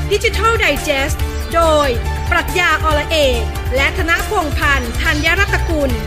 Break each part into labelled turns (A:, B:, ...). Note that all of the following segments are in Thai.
A: Digital Digest โดยปรัชญาอรเอกและธนพงษ์พันธ์ธัญรัตนกุล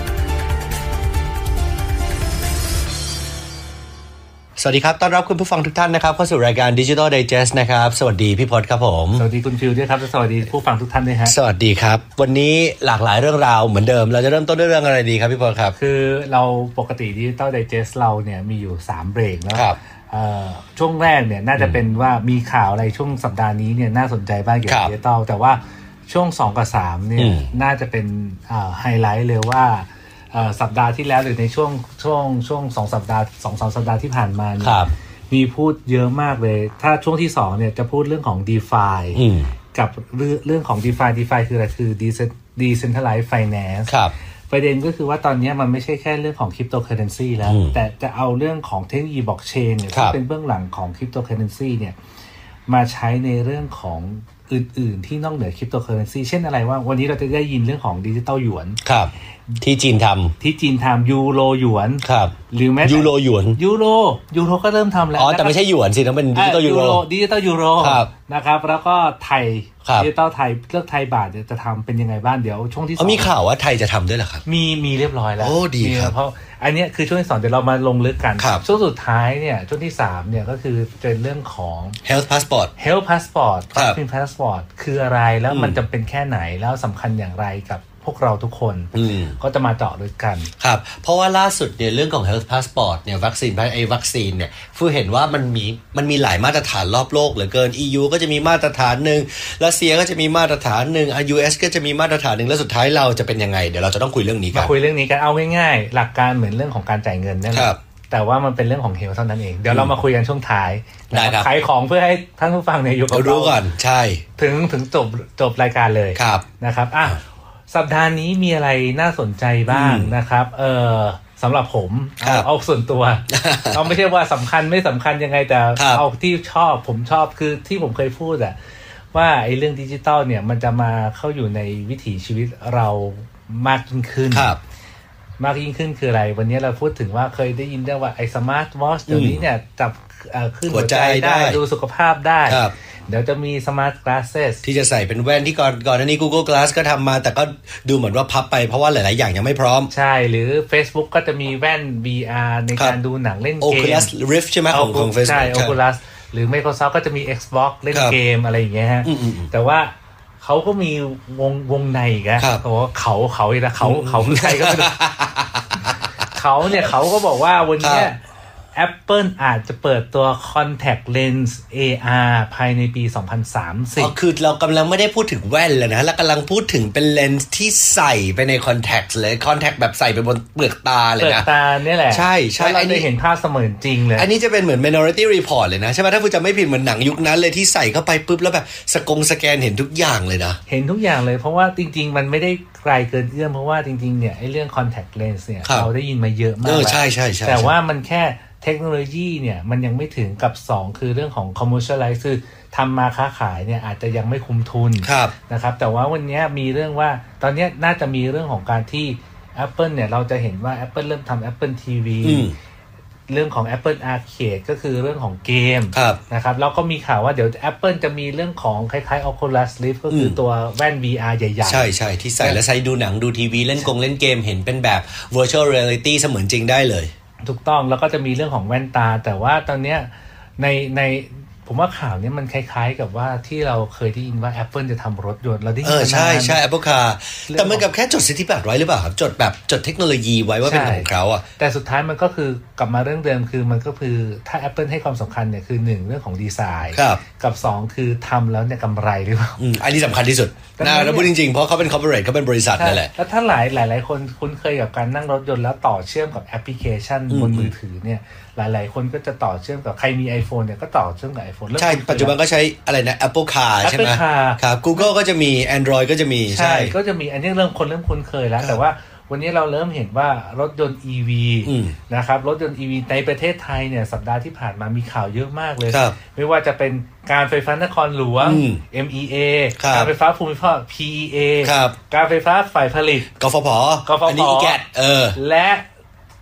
B: สวัสดีครับต้อนรับคุณผู้ฟังทุกท่านนะครับเข้าสู่รายการ Digital Digest นะครับสวัสดีพี่พจน์ครับผม
C: สวัสดีคุณฟิวด้วยครับสวัสดีผู้ฟังทุกท่านด้วยฮะ
B: สวัสดีครับวันนี้หลากหลายเรื่องราวเหมือนเดิมเราจะเริ่มต้นด้วยเรื่องอะไรดีครับพี่พจน์ครับ
C: คือเราปกติ Digital Digest เราเนี่ยมีอยู่3เบรกแล้วช่วงแรกเนี่ยน่าจะเป็นว่ามีข่าวอะไรช่วงสัปดาห์นี้เนี่ยน่าสนใจบ้างเกี่ยวกับ Digital แต่ว่าช่วง2กับ3เนี่ยน่าจะเป็นไฮไลท์เลยว่าสัปดาห์ที่แล้วหรือในช่วง2สัปดาห์2-3 สัปดาห์ที่ผ่านมาเนี่ยมีพูดเยอะมากเลยถ้าช่วงที่2เนี่ยจะพูดเรื่องของ DeFi กับเรื่องของ DeFi คืออะไรคือ Decentralized Finance ประเด็นก็คือว่าตอนนี้มันไม่ใช่แค่เรื่องของ Cryptocurrency แล้วแต่จะเอาเรื่องของเทคโนโลยี Blockchain เนี่ยที่เป็นเบื้องหลังของ Cryptocurrency เนี่ยมาใช้ในเรื่องของอื่นๆที่นอกเหนือ Cryptocurrency เช่นอะไรว่าวันนี้เราจะได้ยินเรื่องของดิจิตอลหยวน
B: ที่จีนทำ
C: ยูโรหยวนหรือแม้
B: ยูโรหยวน
C: ยูโรก็เริ่มทำแล้ว
B: แต่ไม่ใช่หยวนสิต้องเป็นดิจิตอลยูโร
C: นะครับแล้วก็ไทยดิจิตอลไทยเลือกไทยบาทจะทำเป็นยังไงบ้างเดี๋ยวช่วงที่
B: 2มีข่าวว่าไทยจะทำด้วยเหรอครับ
C: มีเรียบร้อยแล้ว
B: โอ้ดีครับ
C: เพราะอันนี้คือช่วงที่2เดี๋ยวเรามาลงลึกกันช่วงสุดท้ายเนี่ยช่วงที่3เนี่ยก็คือเป็นเรื่องของ
B: Health Passport
C: Vaccine Passport คืออะไรแล้วมันจำเป็นแค่ไหนแล้วสำคัญอย่างไรกับพวกเราทุกคนก็จะมาเจาะลึกกัน
B: ครับเพราะว่าล่าสุดเนี่ยเรื่องของ Health Passport เนี่ยวัคซีนเนี่ยฟูเห็นว่ามันมีหลายมาตรฐานรอบโลกเหลือเกิน EU ก็จะมีมาตรฐานนึงรัสเซียก็จะมีมาตรฐานนึง US ก็จะมีมาตรฐานนึงแล้วสุดท้ายเราจะเป็นยังไงเดี๋ยวเราจะต้องคุยเรื่องนี้กัน
C: มาคุยเรื่องนี้กันเอาง่ายๆหลักการเหมือนเรื่องของการจ่ายเงินนั่นแหละแต่ว่ามันเป็นเรื่องของ Health เท่านั้นเองเดี๋ยวเรามาคุยกันช่วงท้ายขายของเพื่อให้ท่านผู้ฟังเนี่ยอยู่กับเรา
B: รู้ก่อนใช่
C: ถึงจบรายการเลยนะครับสัปดาห์นี้มีอะไรน่าสนใจบ้างนะครับสำหรับผมเอาส่วนตัวเอาไม่ใช่ว่าสำคัญไม่สำคัญยังไงแต่เอาที่ผมชอบคือที่ผมเคยพูดอะว่าไอ้เรื่องดิจิตอลเนี่ยมันจะมาเข้าอยู่ในวิถีชีวิตเรามากยิ่งขึ้นมากยิ่งขึ้นคืออะไรวันนี้เราพูดถึงว่าเคยได้ยินเรื่องว่าไอ้สมาร์ทวอทช์เดี๋ยวนี้เนี่ยจับขึ้นหัวใจได้ดูสุขภาพได้เดี๋ยวจะมี Smart Glasses
B: ที่จะใส่เป็นแว่นที่ก่อนหน้านี้ Google Glass ก็ทำมาแต่ก็ดูเหมือนว่าพับไปเพราะว่าหลายๆอย่างยังไม่พร้อม
C: ใช่หรือ Facebook ก็จะมีแว่น VR ในการดูหนังเล่นเกม
B: Oculus Rift ใช่ไหมของ Facebook
C: ใช่ Oculus หรือ Microsoft ก็จะมี Xbox เล่นเกมอะไรอย่างเงี้ยฮะแต่ว่าเขาก็มีวงในอีกนะเพราะว่าเขาอีกนะเขาคือใครก็ไม่รู้เขาก็บอกว่าวันนี้Apple อาจจะเปิดตัว Contact Lens AR ภายในปี2030
B: คือเรากำลังไม่ได้พูดถึงแว่นแล้วนะเรากำลังพูดถึงเป็นเลนส์ที่ใส่ไปใน Contact เลย Contact แบบใส่ไปบนเปลือกตาเลยนะ
C: เปลือกตาเนี่ยแหละ
B: ใช่
C: เราได้เห็นภาพเสมือนจริงเลย
B: อันนี้จะเป็นเหมือน Minority Report เลยนะใช่ไหมถ้าคุณจะไม่ผิดเหมือนหนังยุคนั้นเลยที่ใส่เข้าไปปุ๊บแล้วแบบสแกนเห็นทุกอย่างเลยนะ
C: เห็นทุกอย่างเลยเพราะว่าจริงๆมันไม่ได้ไกลเกินเอื้อมเพราะว่าจริงๆเนี่ยไอ้เรื่อง Contact Lens เนี่ยเราได้ยินมาเยอะมากแล้ว
B: ใช่
C: แต่ว่ามันแค่เทคโนโลยีเนี่ยมันยังไม่ถึงกับ2คือเรื่องของ commercialize คือทำมาค้าขายเนี่ยอาจจะยังไม่คุ้มทุนนะครับแต่ว่าวันนี้มีเรื่องว่าตอนนี้น่าจะมีเรื่องของการที่ Apple เนี่ยเราจะเห็นว่า Apple เริ่มทำ Apple TV เรื่องของ Apple Arcade ก็คือเรื่องของเกมนะครับแล้วก็มีข่าวว่าเดี๋ยว Apple จะมีเรื่องของคล้ายๆ Oculus Rift ก็คือตัวแว่น VR ใหญ่
B: ๆใช่ที่ใส่แล้วใช้ดูหนังดูทีวีเล่นเกมเห็นเป็นแบบ virtual reality เสมือนจริงได้เลย
C: ถูกต้องแล้วก็จะมีเรื่องของแว่นตาแต่ว่าตอนเนี้ยในผมว่าข่าวนี้มันคล้ายๆกับว่าที่เราเคยได้ยินว่า Apple จะทำรถยนต์เราได้ยิน
B: ใช่ Apple Car แต่มันกับแค่จดสิทธิบัตรไว้หรือเปล่าครับจดเทคโนโลยีไว้ว่าเป็นของเขาอ่ะ
C: แต่สุดท้ายมันก็คือกลับมาเรื่องเดิมคือมันก็คือถ้า Apple ให้ความสำคัญเนี่ยคือ1เรื่องของดีไซน์กับ2คือทำแล้วเนี่ยกำไรหรือเปล่า
B: อันนี้สำคัญที่สุดนะแล้วพูดจริงๆเพราะเขาเป็น corporate เขาเป็นบริษัทนั่นแหละ
C: แล้วถ้าหลายคนคุ้นเคยกับการนั่งรถยนต์แล้วต่อเชื่อมกับแอปพลิเคชันบนมือถือเนี่ยหลายๆคนก็จะต่อเชื่อมกับใครมี iPhone เนี่ยก็ต่อเชื่อมกับ iPhone
B: ใช่ปัจจุบันก็ใช้อะไรนะ Apple Car ใช่ไหมครับ Google ก็จะมี Android ก็จะมี
C: ใช่ก็จะมีอันนี้เริ่มคุ้นเคยแล้วแต่ว่าวันนี้เราเริ่มเห็นว่ารถยนต์ EV นะครับรถยนต์ EV ในประเทศไทยเนี่ยสัปดาห์ที่ผ่านมามีข่าวเยอะมากเลยไม่ว่าจะเป็นการไฟฟ้านครหลวง MEA การไฟฟ้าภูมิภาค PEA การไฟฟ้าฝ่ายผลิต
B: กฟผอันนี้แกและ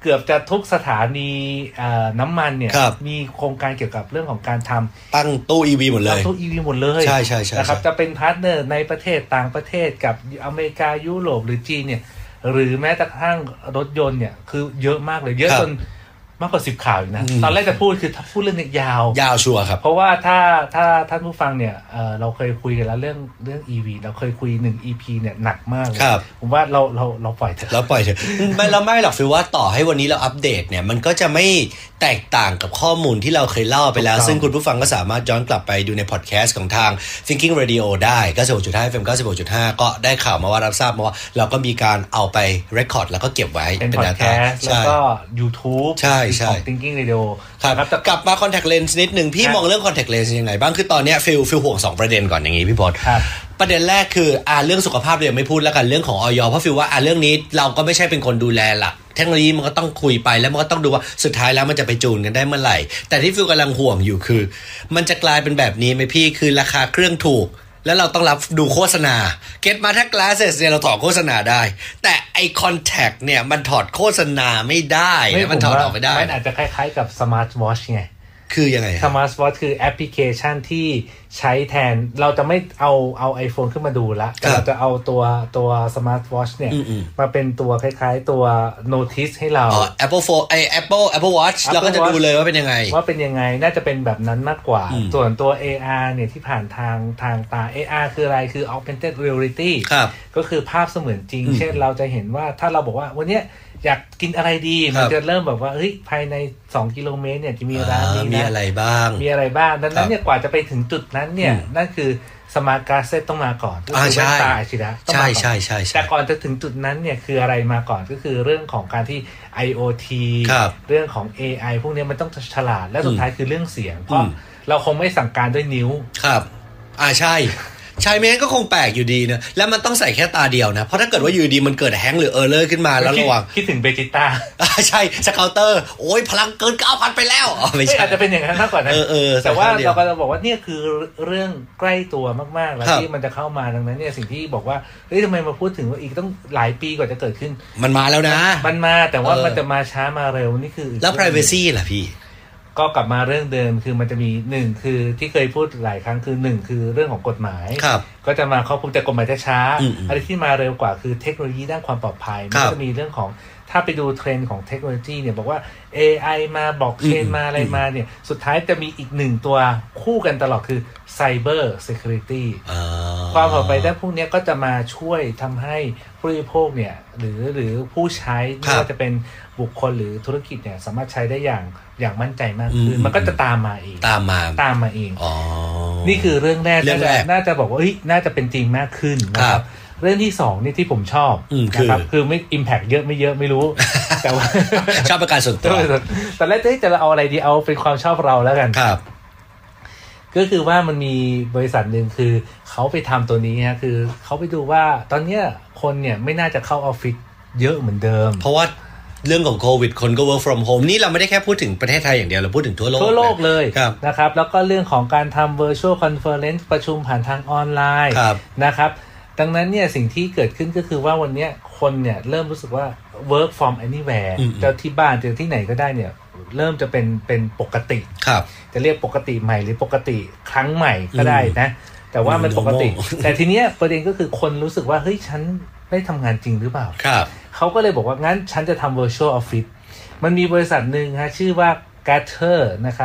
C: เกือบจะทุกสถานีน้ำมันเนี่ยมีโครงการเกี่ยวกับเรื่องของการทำ
B: ตั้งตู้ EV หมดเลย
C: ตู้ EV หมดเลย
B: ใช่ๆๆ
C: นะครับจะเป็นพาร์ทเนอร์ในประเทศต่างประเทศกับอเมริกายุโรปหรือจีนเนี่ยหรือแม้แต่กระทั่งรถยนต์เนี่ยคือเยอะมากเลยเยอะจนมากกว่า10ข่าวอยู่นะตอนแรกจะพูดคือพูดเรื่องนี้ยาว
B: ชัวร์ครับ
C: เพราะว่าถ้าท่านผู้ฟังเนี่ยเราเคยคุยกันแล้วเรื่อง EV เราเคยคุย1 EP เนี่ยหนักมากเลยผมว่าเราปล่อยเถอะ
B: เราปล่อยเถอะไม่หรอกฟิลว่าต่อให้วันนี้เราอัปเดตเนี่ยมันก็จะไม่แตกต่างกับข้อมูลที่เราเคยเล่าไปแล้วซึ่งคุณผู้ฟังก็สามารถย้อนกลับไปดูในพอดแคสต์ของทาง Thinking Radio ได้ 96.5 FM 96.5 ก็ได้ข่าวมาว่ารับทราบมาว่าเราก็มีการเอาไปเรคคอร์ดแล้วก็เก็บไว้
C: เป็นพอดแคสต์แล้วก็ YouTube
B: ใช่
C: ของ Thinking Radio
B: ครับกลับมา contact lens นิดนึงพี่มองเรื่อง contact lens ยังไงบ้างคือตอนนี้ฟิลห่วง2ประเด็นก่อนอย่างงี้พี่พศประเด็นแรกคือเรื่องสุขภาพเรายังไม่พูดแล้วกันเรื่องของอย.เพราะฟิลว่าเรื่องนี้เราก็ไม่ใช่เป็นคนดูแลหลักเทคโนโลยีมันก็ต้องคุยไปแล้วมันก็ต้องดูว่าสุดท้ายแล้วมันจะไปจูนกันได้เมื่อไหร่แต่ที่ฟิลกำลังห่วงอยู่คือมันจะกลายเป็นแบบนี้ไหมพี่คือราคาเครื่องถูกแล้วเราต้องรับดูโฆษณาเก็ตมาถ้า glasses เนี่ยเราถอดโฆษณาได้แต่ไอ contact เนี่ยมันถอดโฆษณาไม่ได้มันถอดออกไม่ได้
C: มันอาจจะคล้ายๆกับ smart watch ไง
B: คือยังไง
C: Smart Watch คือแอปพลิเคชันที่ใช้แทนเราจะไม่เอา iPhone ขึ้นมาดูละแต่เราจะเอาตัว Smart Watch เนี่ยมาเป็นตัวคล้ายๆตัว Notice ให้เรา
B: Apple Phone Apple Watch เราก็จะดูเลยว่าเป็นยังไง
C: น่าจะเป็นแบบนั้นมากกว่าส่วนตัว AR เนี่ยที่ผ่านทางตา AR คืออะไรคือ Augmented Reality ก็คือภาพเสมือนจริงเช่นเราจะเห็นว่าถ้าเราบอกว่าวันเนี้ยอยากกินอะไรดีมันจะเริ่มแบบว่าเฮ้ยภายใน2กิโลเมตรเนี่ยจะมีร้านนี้นะ
B: มีอะไรบ้าง
C: ดังนั้นเนี่ยกว่าจะไปถึงจุดนั้นเนี่ยนั่นคือสมาร์ทกลาสเซตต้องมาก่อนก็คือแว่นตาอัจฉริยะต้องมาก่อนแต่ก่อนจะถึงจุดนั้นเนี่ยคืออะไรมาก่อนก็คือเรื่องของการที่ IoT เรื่องของ AI พวกนี้มันต้องฉลาดและสุดท้ายคือเรื่องเสียงเพราะเราคงไม่สั่งการด้วยนิ้ว
B: ครับใช่ไม่งั้นก็คงแปลกอยู่ดีนะแล้วมันต้องใส่แค่ตาเดียวนะเพราะถ้าเกิดว่าอยู่ดีมันเกิดแฮงก์หรือเออร์เลอร์ขึ้นมาแล้วระวัง
C: คิดถึงเบจิต้า
B: ใช่สเกลเตอร์โอ้ยพลังเกิน 9,000 ไปแล้ว
C: ไม่ใช่อาจจะเป็นอย่างนั้นมากกว่านะแต่ว่าเราก็จะบอกว่านี่คือเรื่องใกล้ตัวมากๆแล้วที่มันจะเข้ามาดังนั้นเนี่ยสิ่งที่บอกว่าเฮ้ยทำไมมาพูดถึงว่าอีกต้องหลายปีกว่าจะเกิดขึ้น
B: มันมาแล้วนะ
C: มันมาแต่ว่ามันจะมาช้ามาเร็วนี่คือ
B: แล้ว privacy ล่ะพี่
C: ก็กลับมาเรื่องเดิมคือมันจะมี1คือที่เคยพูดหลายครั้งคือ1คือเรื่องของกฎหมายก็จะมาครอบคลุมแต่กฎหมายจะช้าอะไรที่มาเร็วกว่าคือเทคโนโลยีด้านความปลอดภัยมันจะมีเรื่องของถ้าไปดูเทรนด์ของเทคโนโลยีเนี่ยบอกว่า AI มาบล็อกเชนมาอะไรมาเนี่ยสุดท้ายจะมีอีก1ตัวคู่กันตลอดคือ Cyber Security ความปลอดภัยด้านพวกนี้ก็จะมาช่วยทำให้ผู้บริโภคเนี่ยหรือผู้ใช้ไม่ว่าจะเป็นบุคคลหรือธุรกิจเนี่ยสามารถใช้ได้อย่างมั่นใจมากขึ้นมันก็จะตามมาเอง
B: ตาม
C: มาเองนี่คือเรื่องแรกน่าจะบอกว่าน่าจะเป็นจริงมากขึ้นนะครับเรื่องที่2นี่ที่ผมชอบนะครับคือไม่ impact เยอะไม่เยอะไม่รู้แต่ว่า
B: ชอบประการส่วนตัว
C: แต่แรกจะเอาอะไรดีเอาเป็นความชอบเราแล้วกัน
B: ครับ
C: ก็คือว่ามันมีบริษัทหนึ่งคือเขาไปทำตัวนี้ฮะคือเขาไปดูว่าตอนเนี้ยคนเนี่ยไม่น่าจะเข้าออฟฟิศเยอะเหมือนเดิม
B: เพราะว่าเรื่องของโควิดคนก็ work from home นี่เราไม่ได้แค่พูดถึงประเทศไทยอย่างเดียวเราพูดถึงทั่วโล
C: กเลยนะครับแล้วก็เรื่องของการทำ virtual conference ประชุมผ่านทางออนไลน์นะครับดังนั้นเนี่ยสิ่งที่เกิดขึ้นก็คือว่าวันนี้คนเนี่ยเริ่มรู้สึกว่า work from anywhere จะที่บ้านจะที่ไหนก็ได้เนี่ยเริ่มจะเป็นปกติจะเรียกปกติใหม่หรือปกติครั้งใหม่ก็ได้นะแต่ว่ามันปกติแต่ทีเนี้ยประเด็นก็คือคนรู้สึกว่าเฮ้ยฉันได้ทำงานจริงหรือเปล่าเขาก็เลยบอกว่างั้นฉันจะทำ virtual office มันมีบริษัทหนึ่งฮะชื่อว่าGather นะครับ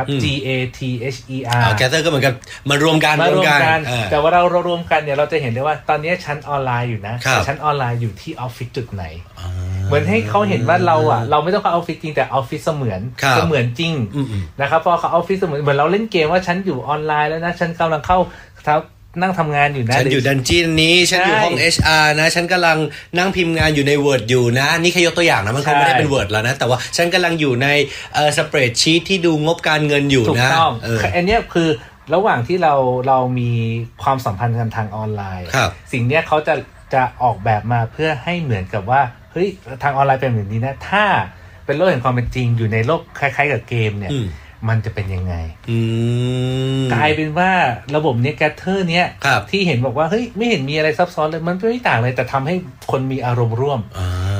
C: Gather
B: Gather ก็เหมือนกับมารวมกัน
C: แต่ว่าเรารวมกันเนี่ยเราจะเห็นได้ว่าตอนนี้ชั้นออนไลน์อยู่นะแต่ชั้นออนไลน์อยู่ที่ออฟฟิศจุดไหนเหมือนให้เขาเห็นว่าเราไม่ต้องเข้าออฟฟิศจริงแต่ออฟฟิศเสมือนจริงนะครับพอเขาออฟฟิศเสมือนเหมือนเราเล่นเกมว่าฉันอยู่ออนไลน์แล้วนะฉันกำลังเข้านั่งทำงานอยู่นะ
B: ฉันอยู่ดันจี้นี้ฉันอยู่ห้อง HR นะฉันกำลังนั่งพิมพ์งานอยู่ใน Word อยู่นะนี่แค่ยกตัวอย่างนะมันคงไม่ได้เป็น Word แล้วนะแต่ว่าฉันกำลังอยู่ในสเปรดชีทที่ดูงบการเงินอยู่นะถูก
C: ต้องอันนี้คือระหว่างที่เรามีความสัมพันธ์กันทางออนไลน์สิ่งนี้เขาจะออกแบบมาเพื่อให้เหมือนกับว่าเฮ้ยทางออนไลน์เป็นแบบนี้นะถ้าเป็นโลกแห่งความเป็นจริงอยู่ในโลกคล้ายๆกับเกมเนี่ยมันจะเป็นยังไงกลายเป็นว่าระบบนี้แกทเทอร์เนี้ยที่เห็นบอกว่าเฮ้ยไม่เห็นมีอะไรซับซ้อนเลยมันไม่ต่างเลยแต่ทำให้คนมีอารมณ์ร่วม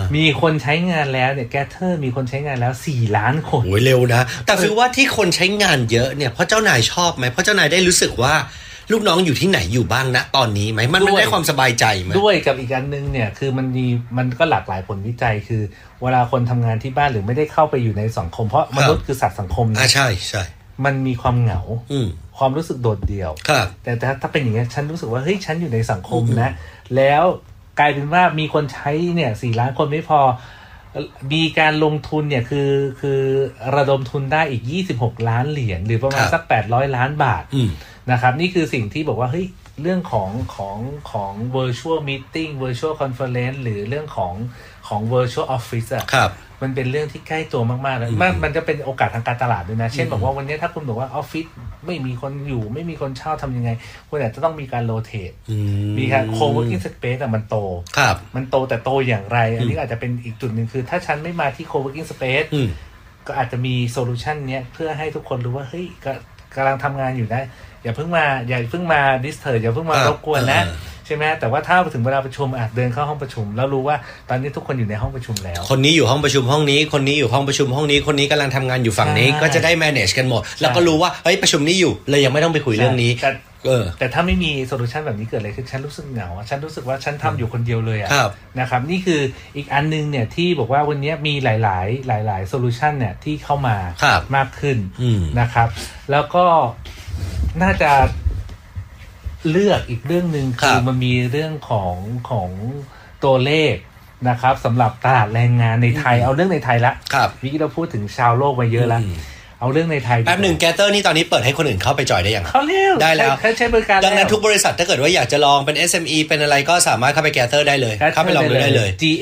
C: มีคนใช้งานแล้วเนี่ย Gather มีคนใช้งานแล้ว4 ล้านคน
B: โอ้ยเร็วนะแต่คือว่าที่คนใช้งานเยอะเนี่ยเพราะเจ้านายชอบไหมเพราะเจ้านายได้รู้สึกว่าลูกน้องอยู่ที่ไหนอยู่บ้างนะตอนนี้ไหมมันได้ความสบายใจไหม
C: ด้วยกับอีกอันนึงเนี่ยคือมันก็หลากหลายผลวิจัยคือเวลาคนทำงานที่บ้านหรือไม่ได้เข้าไปอยู่ในสังคมเพราะมนุษย์คือสัตว์สังคมนะ
B: ใช่ใช่
C: มันมีความเหงาความรู้สึกโดดเดี่ยวแต่ถ้าเป็นอย่างนี้ฉันรู้สึกว่าเฮ้ยฉันอยู่ในสังคมนะแล้วกลายเป็นว่ามีคนใช้เนี่ย4 ล้านคนไม่พอมีการลงทุนเนี่ยคือระดมทุนได้อีก26 ล้านเหรียญหรือประมาณสัก800 ล้านบาทนะครับนี่คือสิ่งที่บอกว่าเฮ้ยเรื่องของ virtual meeting virtual conference หรือเรื่องของ virtual office อ่ะมันเป็นเรื่องที่ใกล้ตัวมากๆแล้วมันจะเป็นโอกาสทางการตลาดด้วยนะเช่นบอกว่าวันนี้ถ้าคุณบอกว่าออฟฟิศไม่มีคนอยู่ไม่มีคนเช่าทำยังไงคุณอาจจะต้องมีการโรเตทมีการ co-working space มันโตมันโตแต่โตอย่างไรอันนี้อาจจะเป็นอีกจุดหนึ่งคือถ้าฉันไม่มาที่ co-working space ก็อาจจะมีโซลูชันเนี้ยเพื่อให้ทุกคนรู้ว่าเฮ้ยกำลังทำงานอยู่นะอย่าเพิ่งมาดิสเทิร์บอย่าเพิ่งมารบกวนนะใช่ไหมแต่ว่าถ้าถึงเวลาประชุมเดินเข้าห้องประชุมแล้วรู้ว่าตอนนี้ทุกคนอยู่ในห้องประชุมแล้ว
B: คนนี้อยู่ห้องประชุมห้องนี้คนนี้อยู่ห้องประชุมห้องนี้คนนี้กำลังทำงานอยู่ฝั่งนี้ก็จะได้ manage กันหมดแล้วก็รู้ว่าเฮ้ยประชุมนี้อยู่เลยยังไม่ต้องไปคุยเรื่องนี้
C: แต่ถ้าไม่มีโซลูชันแบบนี้เกิดอะไรขึ้นฉันรู้สึกเหงาฉันรู้สึกว่าฉันทำอยู่คนเดียวเลยนะครับนี่คืออีกอันนึงเนี่ยที่บอกว่าวันนี้มีหลายโซลูชันเนี่ยที่เข้ามามากขึ้นนะครับแล้วก็น่าจะเลือกอีกเรื่องนึงคือมันมีเรื่องของตัวเลขนะครับสำหรับตลาดแรงงานในไทยเอาเรื่องในไทยละวิกิเราพูดถึงชาวโลกมาเยอะแล้วเอาเรื่องในไทย
B: แป๊บหนึ่งแกเตอร์นี่ตอนนี้เปิดให้คนอื่นเข้าไปจอยได้ยัง
C: เขาเรียก
B: ได้แล้ว
C: ใช้บริการ
B: ดังนั้นทุกบริษัทถ้าเกิดว่าอยากจะลองเป็น SME เป็นอะไรก็สามารถเข้าไปแกเตอร์ได้เลยเข้าไปลองดูได้เลย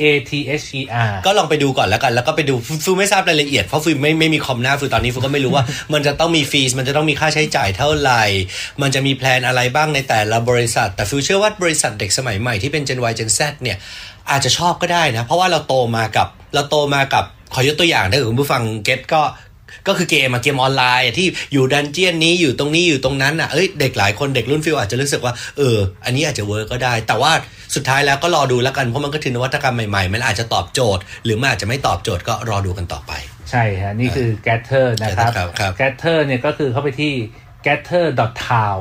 C: GATHER
B: ก็ลองไปดูก่อนแล้วกันแล้วก็ไปดูฟูไม่ทราบรายละเอียดเพราะฟูไม่มีคอมหน้าฟูตอนนี้ฟูก็ไม่รู้ว่า มันจะต้องมีฟีสมันจะต้องมีค่าใช้จ่ายเท่าไหร่มันจะมีแพลนอะไรบ้างในแต่ละบริษัทแต่ฟูเชื่อว่าบริษัทเด็กสมัยใหม่ที่เป็น Gen Y Gen Z เนี่ยอาจจะชอบก็ได้นะเพราะว่าเราโตมากับขอยกตัวอย่างถ้าเกิดคุณผู้ฟังเก็ตก็คือเกมออนไลน์ที่อยู่ดันเจียนนี้อยู่ตรงนี้อยู่ตรงนั้นเด็กหลายคนเด็กรุ่นฟิลอาจจะรู้สึกว่าอันนี้อาจจะเวิร์กก็ได้แต่ว่าสุดท้ายแล้วก็รอดูแล้วกันเพราะมันก็คือนวัตกรรมใหม่ๆมันอาจจะตอบโจทย์หรือมันอาจจะไม่ตอบโจทย์ก็รอดูกันต่อไป
C: ใช่ฮะนี่คือ Gather นะครับ Gather เนี่ยก็คือเข้าไปที่ gather.town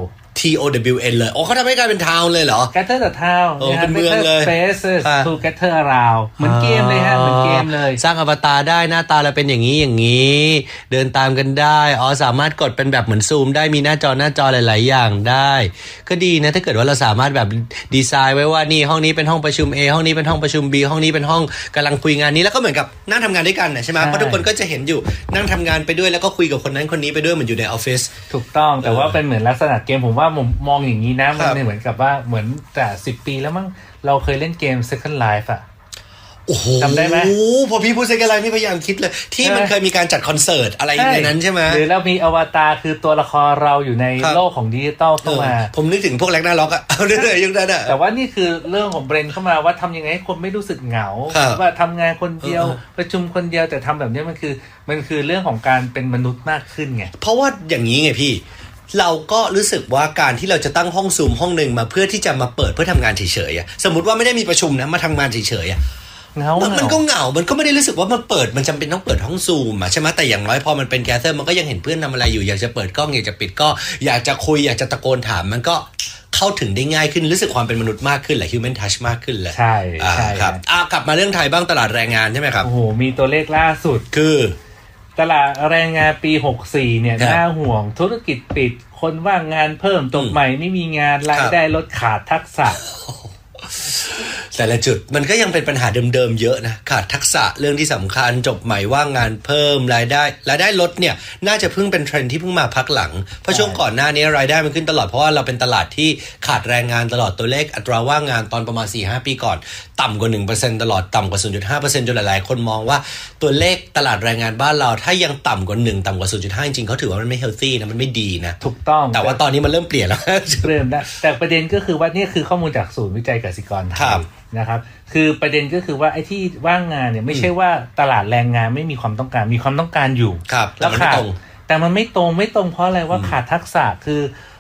B: TOWN เลยเขาทำให้กลายเป็นทาวน์เลยเหรอ
C: Gather the Town
B: เป็นเมืองเลย
C: Spaces to Gather around เหมือนเกมเลยฮะเหมือนเกมเลย
B: สร้างอวตารได้หน้าตาเราเป็นอย่างนี้เดินตามกันได้สามารถกดเป็นแบบเหมือนซูมได้มีหน้าจอหลายๆอย่างได้ก็ดีนะถ้าเกิดว่าเราสามารถแบบดีไซน์ไว้ว่านี่ห้องนี้เป็นห้องประชุม A ห้องนี้เป็นห้องประชุม B ห้องนี้เป็นห้องกำลังคุยงานนี้แล้วก็เหมือนกับนั่งทำงานด้วยกันใช่ไหมเพราะทุกคนก็จะเห็นอยู่นั่งทำงานไปด้วยแล้วก็คุยกับคนนั้นคนนี้ไปด้วยเหมือนอยู่ในออฟฟิศ
C: ถูกต้องแต่ว่าเป็นเหมือนลักษณะเกมผมว่ามองอย่างนี้นะมันเหมือนกับว่าเหมือนแต่10 ปีแล้วมั้งเราเคยเล่นเกม Second Life
B: โอ้โห
C: จำได้ไหม
B: พอพี่พูด Second Life นี่พยายามคิดเลยที่มันเคยมีการจัดคอนเสิร์ตอะไรในนั้นใช่ไหม
C: หรือเรามีอวตารคือตัวละครเราอยู่ในโลกของดิจิตอลเข้ามา
B: ผมนึกถึงพวกแร็กนาร็อกเอาเรื่อยๆอย่างนั้น
C: แต่ว่านี่คือเรื่องของเบรนเข้ามาว่าทำยังไงให้คนไม่รู้สึกเหงาว่าทำงานคนเดียวประชุมคนเดียวแต่ทำแบบนี้มันคือเรื่องของการเป็นมนุษย์มากขึ้นไง
B: เพราะว่าอย่างนี้ไงพี่เราก็รู้สึกว่าการที่เราจะตั้งห้องซูมห้องนึงมาเพื่อที่จะมาเปิดเพื่อทำงานเฉยๆสมมติว่าไม่ได้มีประชุมนะมาทำงานเฉยๆมันก็เหงามันก็ไม่ได้รู้สึกว่ามันจำเป็นต้องเปิดห้องซูมใช่ไหมแต่อย่างน้อยพอมันเป็นแคสเซอร์มันก็ยังเห็นเพื่อนทำอะไรอยู่อยากจะเปิดกล้องอยากจะปิดก็อยากจะคุยอยากจะตะโกนถามมันก็เข้าถึงได้ง่ายขึ้นรู้สึกความเป็นมนุษย์มากขึ้นแหละ human touch มากขึ้นแหละ
C: ใช่
B: ครับกลับมาเรื่องไทยบ้างตลาดแรงงานใช่ไหมครับ
C: โอ้โหมีตัวเลขล่าสุด
B: คือ
C: ตลาดแรงงานปี64เนี่ยน่าห่วงธุรกิจปิดคนว่างงานเพิ่มตกใหม่ไม่มีงานรายได้ลดขาดทักษะ
B: แต่ละจุดมันก็ยังเป็นปัญหาเดิมๆเยอะนะขาดทักษะเรื่องที่สำคัญจบใหม่ว่างงานเพิ่มรายได้ลดเนี่ยน่าจะเพิ่งเป็นเทรนด์ที่เพิ่งมาพักหลังเพราะช่วงก่อนหน้านี้รายได้มันขึ้นตลอดเพราะว่าเราเป็นตลาดที่ขาดแรงงานตลอดตัวเลขอัตราว่างงานตอนประมาณ 4-5 ปีก่อนต่ำกว่า 1% ตลอดต่ำกว่า 0.5% จนหลายๆคนมองว่าตัวเลขตลาดแรงงานบ้านเราถ้ายังต่ำกว่า1ต่ำกว่า 0.5 จริงๆเขาถือว่ามันไม่เฮลตี้นะมันไม่ดีนะ
C: ถูกต้อง
B: แต่ว่าตอนนี้มันเริ่มเปลี่ยนแล้ว
C: เริ่มแล้วแต่ประเด็นก็คือว่านี่คือข้อมูลจากศูนย์วิจัยกสิกรไทยนะครับคือประเด็นก็คือว่าไอ้ที่ว่างงานเนี่ยไม่ใช่ว่าตลาดแรงงานไม่มีความต้องการมีความต้องการอยู่
B: แล้วขาด
C: แต่มันไม่ตรงเพราะอะไรว่าขาดทักษะคือ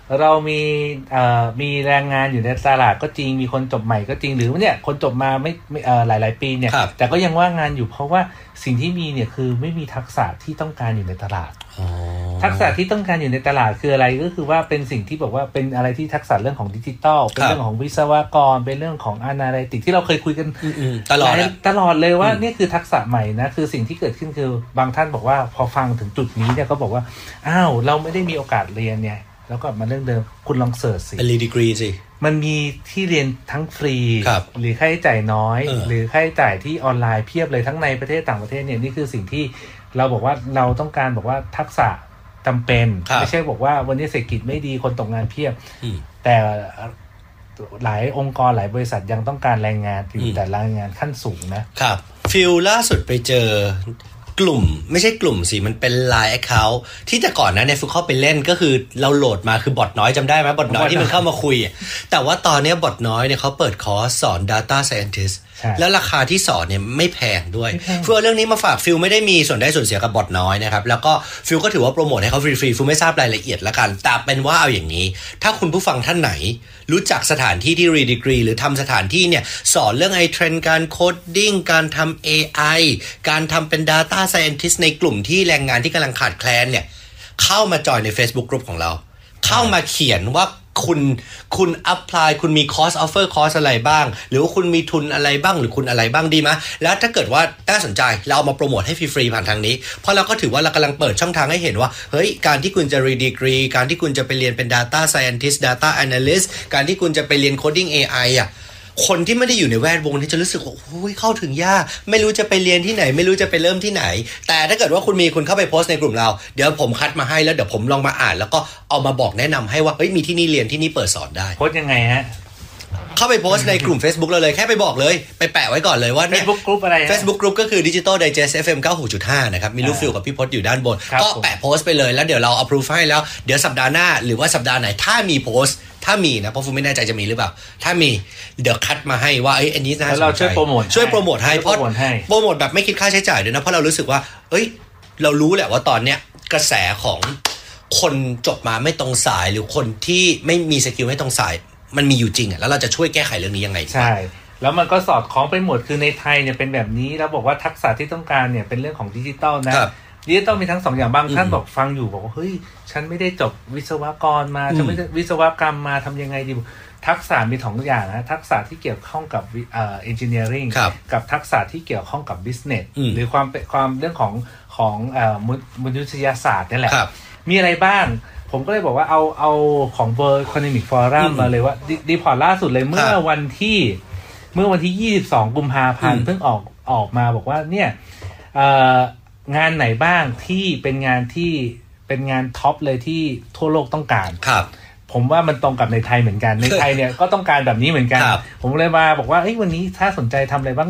C: เรามีแรงงานอยู่ในตลาดก็จริงมีคนจบใหม่ก็จริงหรือว่าเนี่ยคนจบมาไม่หลายปีเนี่ยแต่ก็ยังว่างงานอยู่เพราะว่าสิ่งที่มีเนี่ยคือไม่มีทักษะที่ต้องการอยู่ในตลาดทักษะที่ต้องการอยู่ในตลาดคืออะไรก็คือว่าเป็นสิ่งที่บอกว่าเป็นอะไรที่ทักษะเรื่องของดิจิทัลเป็นเรื่องของวิศวกรเป็นเรื่องของอนาลิติกที่เราเคยคุยกันตลอดเลยว่านี่คือทักษะใหม่นะคือสิ่งที่เกิดขึ้นคือบางท่านบอกว่าพอฟังถึงจุดนี้เนี่ยก็บอกว่าอ้าวเราไม่ได้มีโอกาสเรียนเนี่ยแล้วก็มาเรื่องเดิมคุณลองเสิร์ชสิ
B: เป็นดีกรีสิ
C: มันมีที่เรียนทั้งฟรีหรือค่าใช้จ่ายน้อยหรือค่าใช้จ่ายที่ออนไลน์เพียบเลยทั้งในประเทศต่างประเทศเนี่ยนี่คือสิ่งที่เราบอกว่าเราต้องการบอกว่าทักษะจำเป็นไม่ใช่บอกว่าวันนี้เศรษฐกิจไม่ดีคนตกงานเพียบแต่หลายองค์กรหลายบริษัทยังต้องการแรงงานอยู่แต่แรงงานขั้นสูง
B: นะครับฟิลล่าสุดไปเจอกลุ่มไม่ใช่กลุ่มสิมันเป็น LINE Account ที่แต่ก่อนนะในฟุกเข้าไปเล่นก็คือเราโหลดมาคือบอทน้อยจำได้ไหมบอทน้อยที่มันเข้ามาคุยแต่ว่าตอนนี้บอทน้อยเนี่ยเขาเปิดคอร์สสอน Data Scientist แล้วราคาที่สอนเนี่ยไม่แพงด้วยฟิลเรื่องนี้มาฝากฟิลไม่ได้มีส่วนได้ส่วนเสียกับบอทน้อยนะครับแล้วก็ฟิลก็ถือว่าโปรโมทให้เขาฟรีๆฟิลไม่ทราบรายละเอียดละกันแต่เป็นว่าเอาอย่างนี้ถ้าคุณผู้ฟังท่านไหนรู้จักสถานที่ที่ Redegree หรือทำสถานที่เนี่ยสอนเรื่องเทรนด์การโคดดิ้งการทำ AI การทำเป็น Data Scientist ในกลุ่มที่แรงงานที่กำลังขาดแคลนเนี่ยเข้ามาจอยใน Facebook Group ของเราเข้ามาเขียนว่าคุณอัพพลายคุณมีคอร์สออฟเฟอร์คอร์สอะไรบ้างหรือว่าคุณมีทุนอะไรบ้างหรือคุณอะไรบ้างดีมั้ยแล้วถ้าเกิดว่าน่าสนใจเราเอามาโปรโมทให้ฟรีๆผ่านทางนี้เพราะเราก็ถือว่าเรากำลังเปิดช่องทางให้เห็นว่าเฮ้ยการที่คุณจะ Redegree การที่คุณจะไปเรียนเป็น Data Scientist Data Analyst การที่คุณจะไปเรียน Coding AI อ่ะคนที่ไม่ได้อยู่ในแวดวงที่จะรู้สึกว่าโอ้ยเข้าถึงยากไม่รู้จะไปเรียนที่ไหนไม่รู้จะไปเริ่มที่ไหนแต่ถ้าเกิดว่าคุณเข้าไปโพสต์ในกลุ่มเราเดี๋ยวผมคัดมาให้แล้วเดี๋ยวผมลองมาอ่านแล้วก็เอามาบอกแนะนำให้ว่าเฮ้ยมีที่นี่เรียนที่นี่เปิดสอนได้
C: โพสต์ยังไงฮะ
B: เข้าไปโพสต์ในกลุ่ม Facebook เราเลยแค่ไปบอกเลยไปแปะไว้ก่อนเลยว่าเนี่ย
C: Facebook Group อะไร
B: Facebook Group ก็คือ Digital Digest FM 96.5 นะครับมีรูปฟิลกับพี่พจน์อยู่ด้านบนก็แปะโพสต์ไปเลยแล้วเดี๋ยวเรา approve ให้แล้วเดี๋ยวสัปดาห์หน้าหรือว่าสัปดาห์ไหนถ้ามีโพสต์ถ้ามีนะเพราะฟูไม่แน่ใจจะมีหรือเปล่าถ้ามีเดี๋ยวคัดมาให้ว่าอันนี้น่าสนใจ
C: เราช่วยโปรโมท
B: ให้เพราะโปรโมทแบบไม่คิดค่าใช้จ่ายด้วยนะเพราะเรารู้สึกว่าเรารู้แหละว่าตอนเนี้ยกระแสของคนจบมาไม่ตรงสายหรือคนที่ไม่มีสกิลไม่ตรงสายมันมีอยู่จริงอ่ะแล้วเราจะช่วยแก้ไขเรื่องนี้ยังไง
C: ใช่แล้วมันก็สอดคล้องไปหมดคือในไทยเนี่ยเป็นแบบนี้แล้วบอกว่าทักษะที่ต้องการเนี่ยเป็นเรื่องของดิจิตอลนะดิจิตอลมีทั้งสองอย่างบางท่านบอกฟังอยู่บอกว่าเฮ้ยฉันไม่ได้จบวิศวกรมาฉันไม่ได้วิศวกรรมมาทำยังไงดีทักษะมีสองอย่างนะทักษะที่เกี่ยวข้องกับengineering กับทักษะที่เกี่ยวข้องกับ business หรือความเรื่องของมนุษยศาสตร์นี่แหละมีอะไรบ้างผมก็เลยบอกว่าเอาของ World Economic Forum มาเลยว่ารีพอร์ตล่าสุดเลยเมื่อวันที่22กุมภาพันธ์เพิ่งออกมาบอกว่าเนี่ยงานไหนบ้างที่เป็นงานท็อปเลยที่ทั่วโลกต้องการผมว่ามันตรงกับในไทยเหมือนกันในไทยเนี่ยก็ต้องการแบบนี้เหมือนกันผมเลยมาบอกว่าวันนี้ถ้าสนใจทำอะไรบ้าง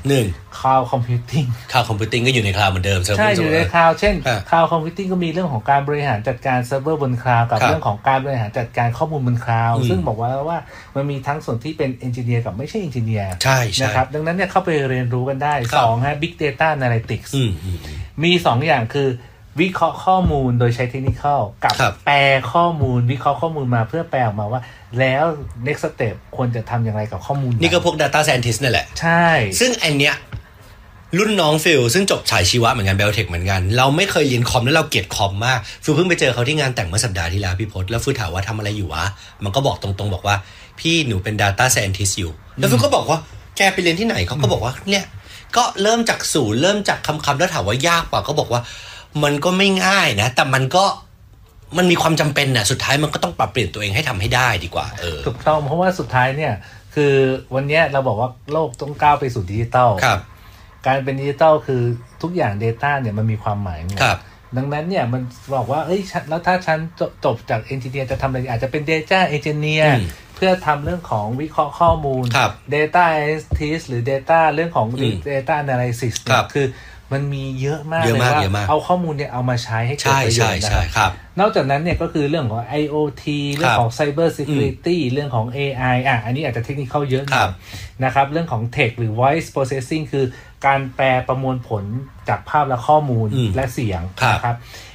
C: 1 Cloud Computing
B: Cloud Computing ก็อยู่ในคลาวด์เหมือนเดิม
C: ใช่อยู่ในคลาวด์เช่น Cloud Computing ก็มีเรื่องของการบริหารจัดการเซิร์ฟเวอร์บนคลาวด์กับเรื่องของการบริหารจัดการข้อมูลบนคลาวด์ซึ่งบอกว่ามันมีทั้งส่วนที่เป็นเอนจิเนียร์กับไม่ใช่เอนจิเนียร์นะครับดังนั้นเนี่ยเข้าไปเรียนรู้กันได้2ฮะ Big Data Analytics มี2อย่างคือวิเคราะห์ข้อมูลโดยใช้เทคนิคกับแปลข้อมูลวิเคราะห์ข้อมูลมาเพื่อแปลออกมาว่าแล้ว next step ควรจะทำอย่างไรกับข้อมูล
B: นี่ก็พวก data scientist นั่นแหละ
C: ใช่
B: ซึ่งอันเนี้ยรุ่นน้องฟิลซึ่งจบสายชีวะเหมือนกัน Biotech เหมือนกันเราไม่เคยเรียนคอมแล้วเราเกลียดคอมมากฟิลเพิ่งไปเจอเขาที่งานแต่งเมื่อสัปดาห์ที่แล้วพี่พจน์แล้วฟิลถามว่าทำอะไรอยู่วะมันก็บอกตรงๆบอกว่าพี่หนูเป็น data scientist อยู่แล้วฟิลก็บอกว่าแกไปเรียนที่ไหนเขาก็บอกว่าเนี่ยก็เริ่มจากศูนย์เริ่มจากคำแล้วถามว่ายากป่ะก็บอกว่ามันก็ไม่ง่ายนะแต่มันมีความจำเป็นน่ะสุดท้ายมันก็ต้องปรับเปลี่ยนตัวเองให้ทำให้ได้ดีกว่า
C: ถูกต้องเพราะว่าสุดท้ายเนี่ยคือวันนี้เราบอกว่าโลกต้องก้าวไปสู่ดิจิตอลการเป็นดิจิตอลคือทุกอย่าง Data เนี่ยมันมีความหมายหมดดังนั้นเนี่ยมันบอกว่าแล้วถ้าฉันจบจาก Engineer จะทำอะไรอาจจะเป็น Data Engineer เพื่อทำเรื่องของวิเคราะห์ข้อมูล Data Analyst หรือ Data เรื่องของ Data Analysis คือมันมีเยอะมากเลยว่าเอาข้อมูลเนี่ยเอามาใช้ให้เกิดประโยชน์นะครับนอกจากนั้นเนี่ยก็คือเรื่องของ IoT เรื่องของ Cyber Security เรื่องของ AI อันนี้อาจจะเทคนิคเยอะหน่อยนะครับเรื่องของ Text หรือ Voice Processing คือการแปลประมวลผลจากภาพและข้อมูลและเสียงนะครับ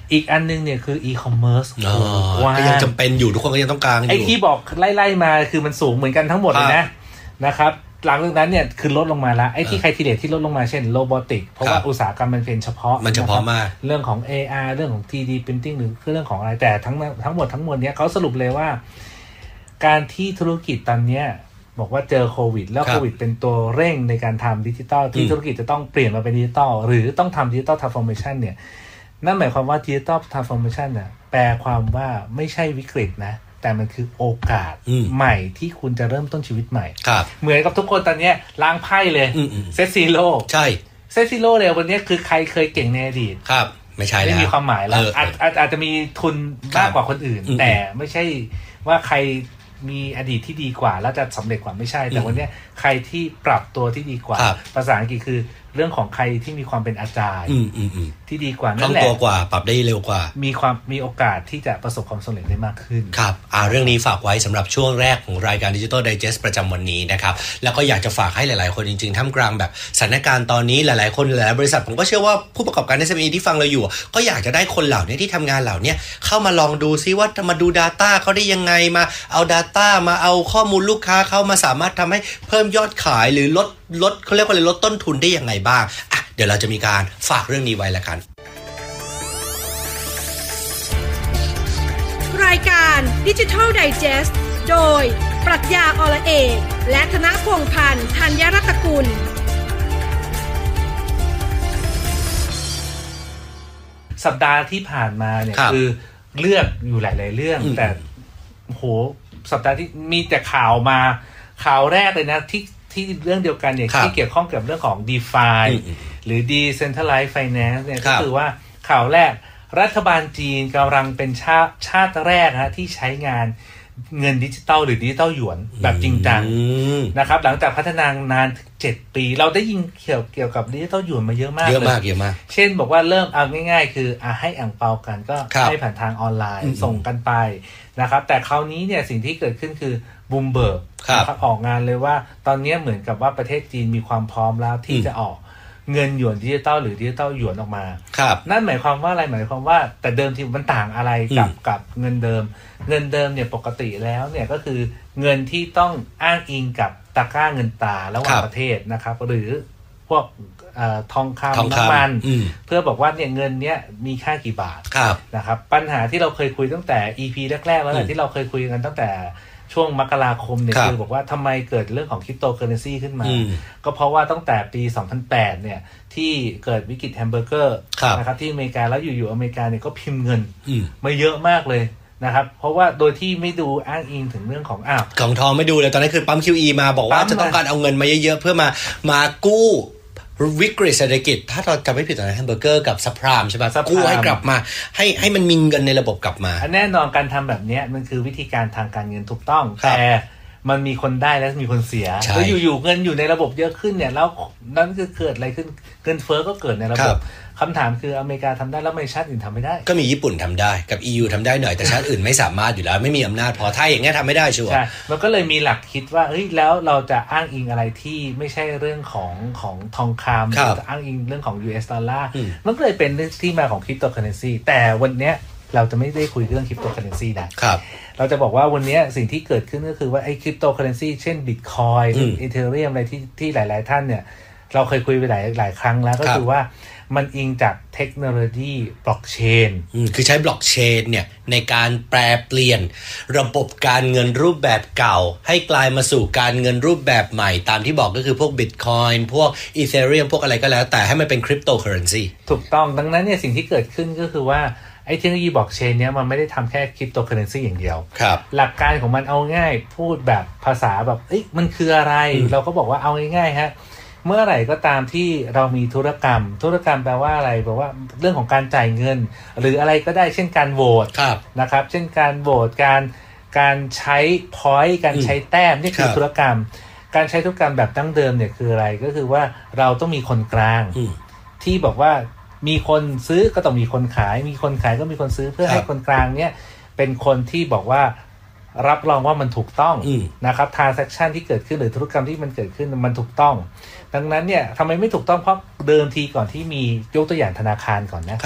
C: อีกอันนึงเนี่ยคือ e-commerce
B: ก็ยังจำเป็นอยู่ทุกคนก็ยังต้องการอยู่
C: ไอ้ที่บอกไล่มาคือมันสูงเหมือนกันทั้งหมดเลยนะครับหลังจากนั้นเนี่ยคือลดลงมาแล้วไอ้ที่ไครทีเรียที่ลดลงมาเช่นโรบอติกเพราะว่าอุตสาหกรรมมันเป็นเฉพาะ
B: มาก
C: เรื่องของ AR เรื่องของ 3D printing หรือเรื่องของอะไรแต่ทั้งหมดเนี้ยเขาสรุปเลยว่าการที่ธุรกิจตอนเนี้ยบอกว่าเจอโควิดแล้วโควิดเป็นตัวเร่งในการทำดิจิตอลที่ธุรกิจจะต้องเปลี่ยนมาเป็นดิจิตอลหรือต้องทำดิจิตอลทรานส์ฟอร์เมชันเนี่ยนั่นหมายความว่าดิจิตอลทรานส์ฟอร์เมชันน่ะแปลความว่าไม่ใช่วิกฤตนะแต่มันคือโอกาสใหม่ที่คุณจะเริ่มต้นชีวิตใหม่เหมือนกับทุกคนตอนนี้ล้างไพ่เลยเซตซีโร่
B: ใช่
C: เซตซีโร่เลยวันนี้คือใครเคยเก่งในอดีต
B: ครับไม่ใช่แล้ว
C: ไม่มีความหมายแล้วอาจจะมีทุนมากกว่าคนอื่นแต่ไม่ใช่ว่าใครมีอดีตที่ดีกว่าแล้วจะสำเร็จกว่าไม่ใช่แต่วันนี้ใครที่ปรับตัวที่ดีกว่าภาษาอังกฤษคือเรื่องของใครที่มีความเป็นอาจารย์ที่ดีกว่านั่นแหละ
B: ตัวกว่าปรับได้เร็วกว่า
C: มีโอกาสที่จะประสบความสำเร็จได้มากขึ้น
B: ครับเรื่องนี้ฝากไว้สำหรับช่วงแรกของรายการ Digital Digest ประจำวันนี้นะครับแล้วก็อยากจะฝากให้หลายๆคนจริงๆท่ามกลางแบบสถานการณ์ตอนนี้หลายๆคนหลายๆบริษัทผมก็เชื่อว่าผู้ประกอบการ SME ที่ฟังเราอยู่ก็อยากจะได้คนเหล่านี้ที่ทำงานเหล่านี้เข้ามาลองดูซิว่ามาดู Data เขาได้ยังไงมาเอา Data มาเอาข้อมูลลูกค้าเขามาสามารถทำให้เพิ่มยอดขายหรือลดเขาเรียกว่าลดต้นทุนได้ยังไงบ้างเดี๋ยวเราจะมีการฝากเรื่องนี้ไว้ละกัน
A: รายการ Digital Digest โดยปรัชญาอรเอกและธนพงษ์พันธ์ธัญรัตนกุล
C: สัปดาห์ที่ผ่านมาเนี่ยคือเลือกอยู่หลายๆเรื่องแต่โหสัปดาห์ที่มีแต่ข่าวแรกเลยนะที่เรื่องเดียวกันเนี่ยที่เกี่ยวข้องกับเรื่องของ DeFi หรือ Decentralized Finance เนี่ยก็คือว่าข่าวแรกรัฐบาลจีนกำลังเป็นชาติแรกนะที่ใช้งานเงินดิจิตอลหรือดิจิตอลหยวนแบบจริงจังนะครับหลังจากพัฒนานานถึง7 ปีเราได้ยินเกี่ยวกับดิจิตอลหยวนมาเยอะมากเช่นบอกว่าเริ่มเอาง่ายๆคือให้อั่งเปากันก็ให้ผ่านทางออนไลน์ส่งกันไปนะครับแต่คราวนี้เนี่ยสิ่งที่เกิดขึ้นคือบูมเบิร์กออกงานเลยว่าตอนนี้เหมือนกับว่าประเทศจีนมีความพร้อมแล้วที่จะออกเงินหยวนดิจิตอลหรือดิจิตอลหยวนออกมานั่นหมายความว่าอะไรหมายความว่าแต่เดิมทีมันต่างอะไรกับเงินเดิมเนี่ยปกติแล้วเนี่ยก็คือเงินที่ต้องอ้างอิงกับตะกร้าเงินตราระหว่างประเทศนะครับหรือพวกทองคำน้ำมันเพื่อบอกว่าเนี่ยเงินเนี้ยมีค่ากี่บาทนะครับปัญหาที่เราเคยคุยตั้งแต่ EP แรกๆแล้วแหละที่เราเคยคุยกันตั้งแต่ช่วงมกราคมเนี่ยคือบอกว่าทำไมเกิดเรื่องของคริปโตเคอเรนซีขึ้นมาก็เพราะว่าตั้งแต่ปี 2008 เนี่ยที่เกิดวิกฤตแฮมเบอร์เกอร์นะครับที่อเมริกาแล้วอยู่ๆอเมริกาเนี่ยก็พิมพ์เงินมาเยอะมากเลยนะครับเพราะว่าโดยที่ไม่ดูอ้างอิงถึงเรื่องของ
B: ของทองไม่ดูเลยตอนนั้นคือปั๊ม QE มาบอกว่าจะต้องการเอาเงินมาเยอะๆเพื่อมากู้วิกฤตเศรษฐกิจถ้าเราจำไม่ผิดตอนนั้นแฮมเบอร์เกอร์กับซับพรามใช่ป่ะกู้ให้กลับมาให้มันมีเงินในระบบกลับมา
C: แน่นอนการทำแบบนี้มันคือวิธีการทางการเงินถูกต้องแต่มันมีคนได้และมีคนเสียแล้วอยู่ๆเงินอยู่ในระบบเยอะขึ้นเนี่ยแล้วนั่นคือเกิดอะไรขึ้นเงินเฟ้อก็เกิดในระบบคำถามคืออเมริกาทำได้แล้วไม่ชาติอื่นทำไม่ได้
B: ก็มีญี่ปุ่นทำได้กับ EU ทำได้หน่อยแต่ชาติอื่นไม่สามารถอยู่แล้วไม่มีอำนาจพอไทยอย่างเงี้ยทำไม่ได้ชัวร์
C: ใช่มันก็เลยมีหลักคิดว่าเฮ้ยแล้วเราจะอ้างอิงอะไรที่ไม่ใช่เรื่องของทองคำหรืออ้างอิงเรื่องของ US ดอลลาร์มันก็เลยเป็นเรื่องที่มาของคริปโตเคอเรนซีแต่วันเนี้ยเราจะไม่ได้คุยเรื่องคริปโตเคอเรนซีนะครับเราจะบอกว่าวันนี้สิ่งที่เกิดขึ้นก็คือว่าไอ้คริปโตเคอเรนซีเช่น Bitcoin หรือ Ethereum อะไรที่หลายๆท่านเนี่ยเราเคยคุยไปหลายครั้งแล้วก็คือว่ามันอิงจากเทคโนโลยีบล็อกเชน
B: คือใช้บล็อกเชนเนี่ยในการแปลเปลี่ยนระบบการเงินรูปแบบเก่าให้กลายมาสู่การเงินรูปแบบใหม่ตามที่บอกก็คือพวก Bitcoin พวก Ethereum พวกอะไรก็แล้วแต่ให้มันเป็นคริปโตเคอเรนซี
C: ถูกต้องดังนั้นเนี่ยสิ่งที่เกิดขึ้นก็คือว่าไอ้เทคโนโลยีบล็อกเชนเนี้ยมันไม่ได้ทำแค่คริปโตเคอเรนซีอย่างเดียวหลักการของมันเอาง่ายพูดแบบภาษาแบบมันคืออะไรเราก็บอกว่าเอาง่ายๆฮะเมื่อไหร่ก็ตามที่เรามีธุรกรรมแปลว่าอะไรแปลว่าเรื่องของการจ่ายเงินหรืออะไรก็ได้เช่นการโหวตนะครับเช่นการโหวตการใช้พอยต์การใช้แต้มนี่คือธุรกรรมการใช้ธุรกรรมแบบดั้งเดิมเนี่ยคืออะไรก็คือว่าเราต้องมีคนกลางที่บอกว่ามีคนซื้อก็ต้องมีคนขายมีคนขายก็มีคนซื้อเพื่อให้คนกลางเนี่ยเป็นคนที่บอกว่ารับรองว่ามันถูกต้องนะครับ transaction ที่เกิดขึ้นหรือธุรกรรมที่มันเกิดขึ้นมันถูกต้องดังนั้นเนี่ยทำไมไม่ถูกต้องเพราะเดิมทีก่อนที่มียกตัวอย่างธนาคารก่อนนะ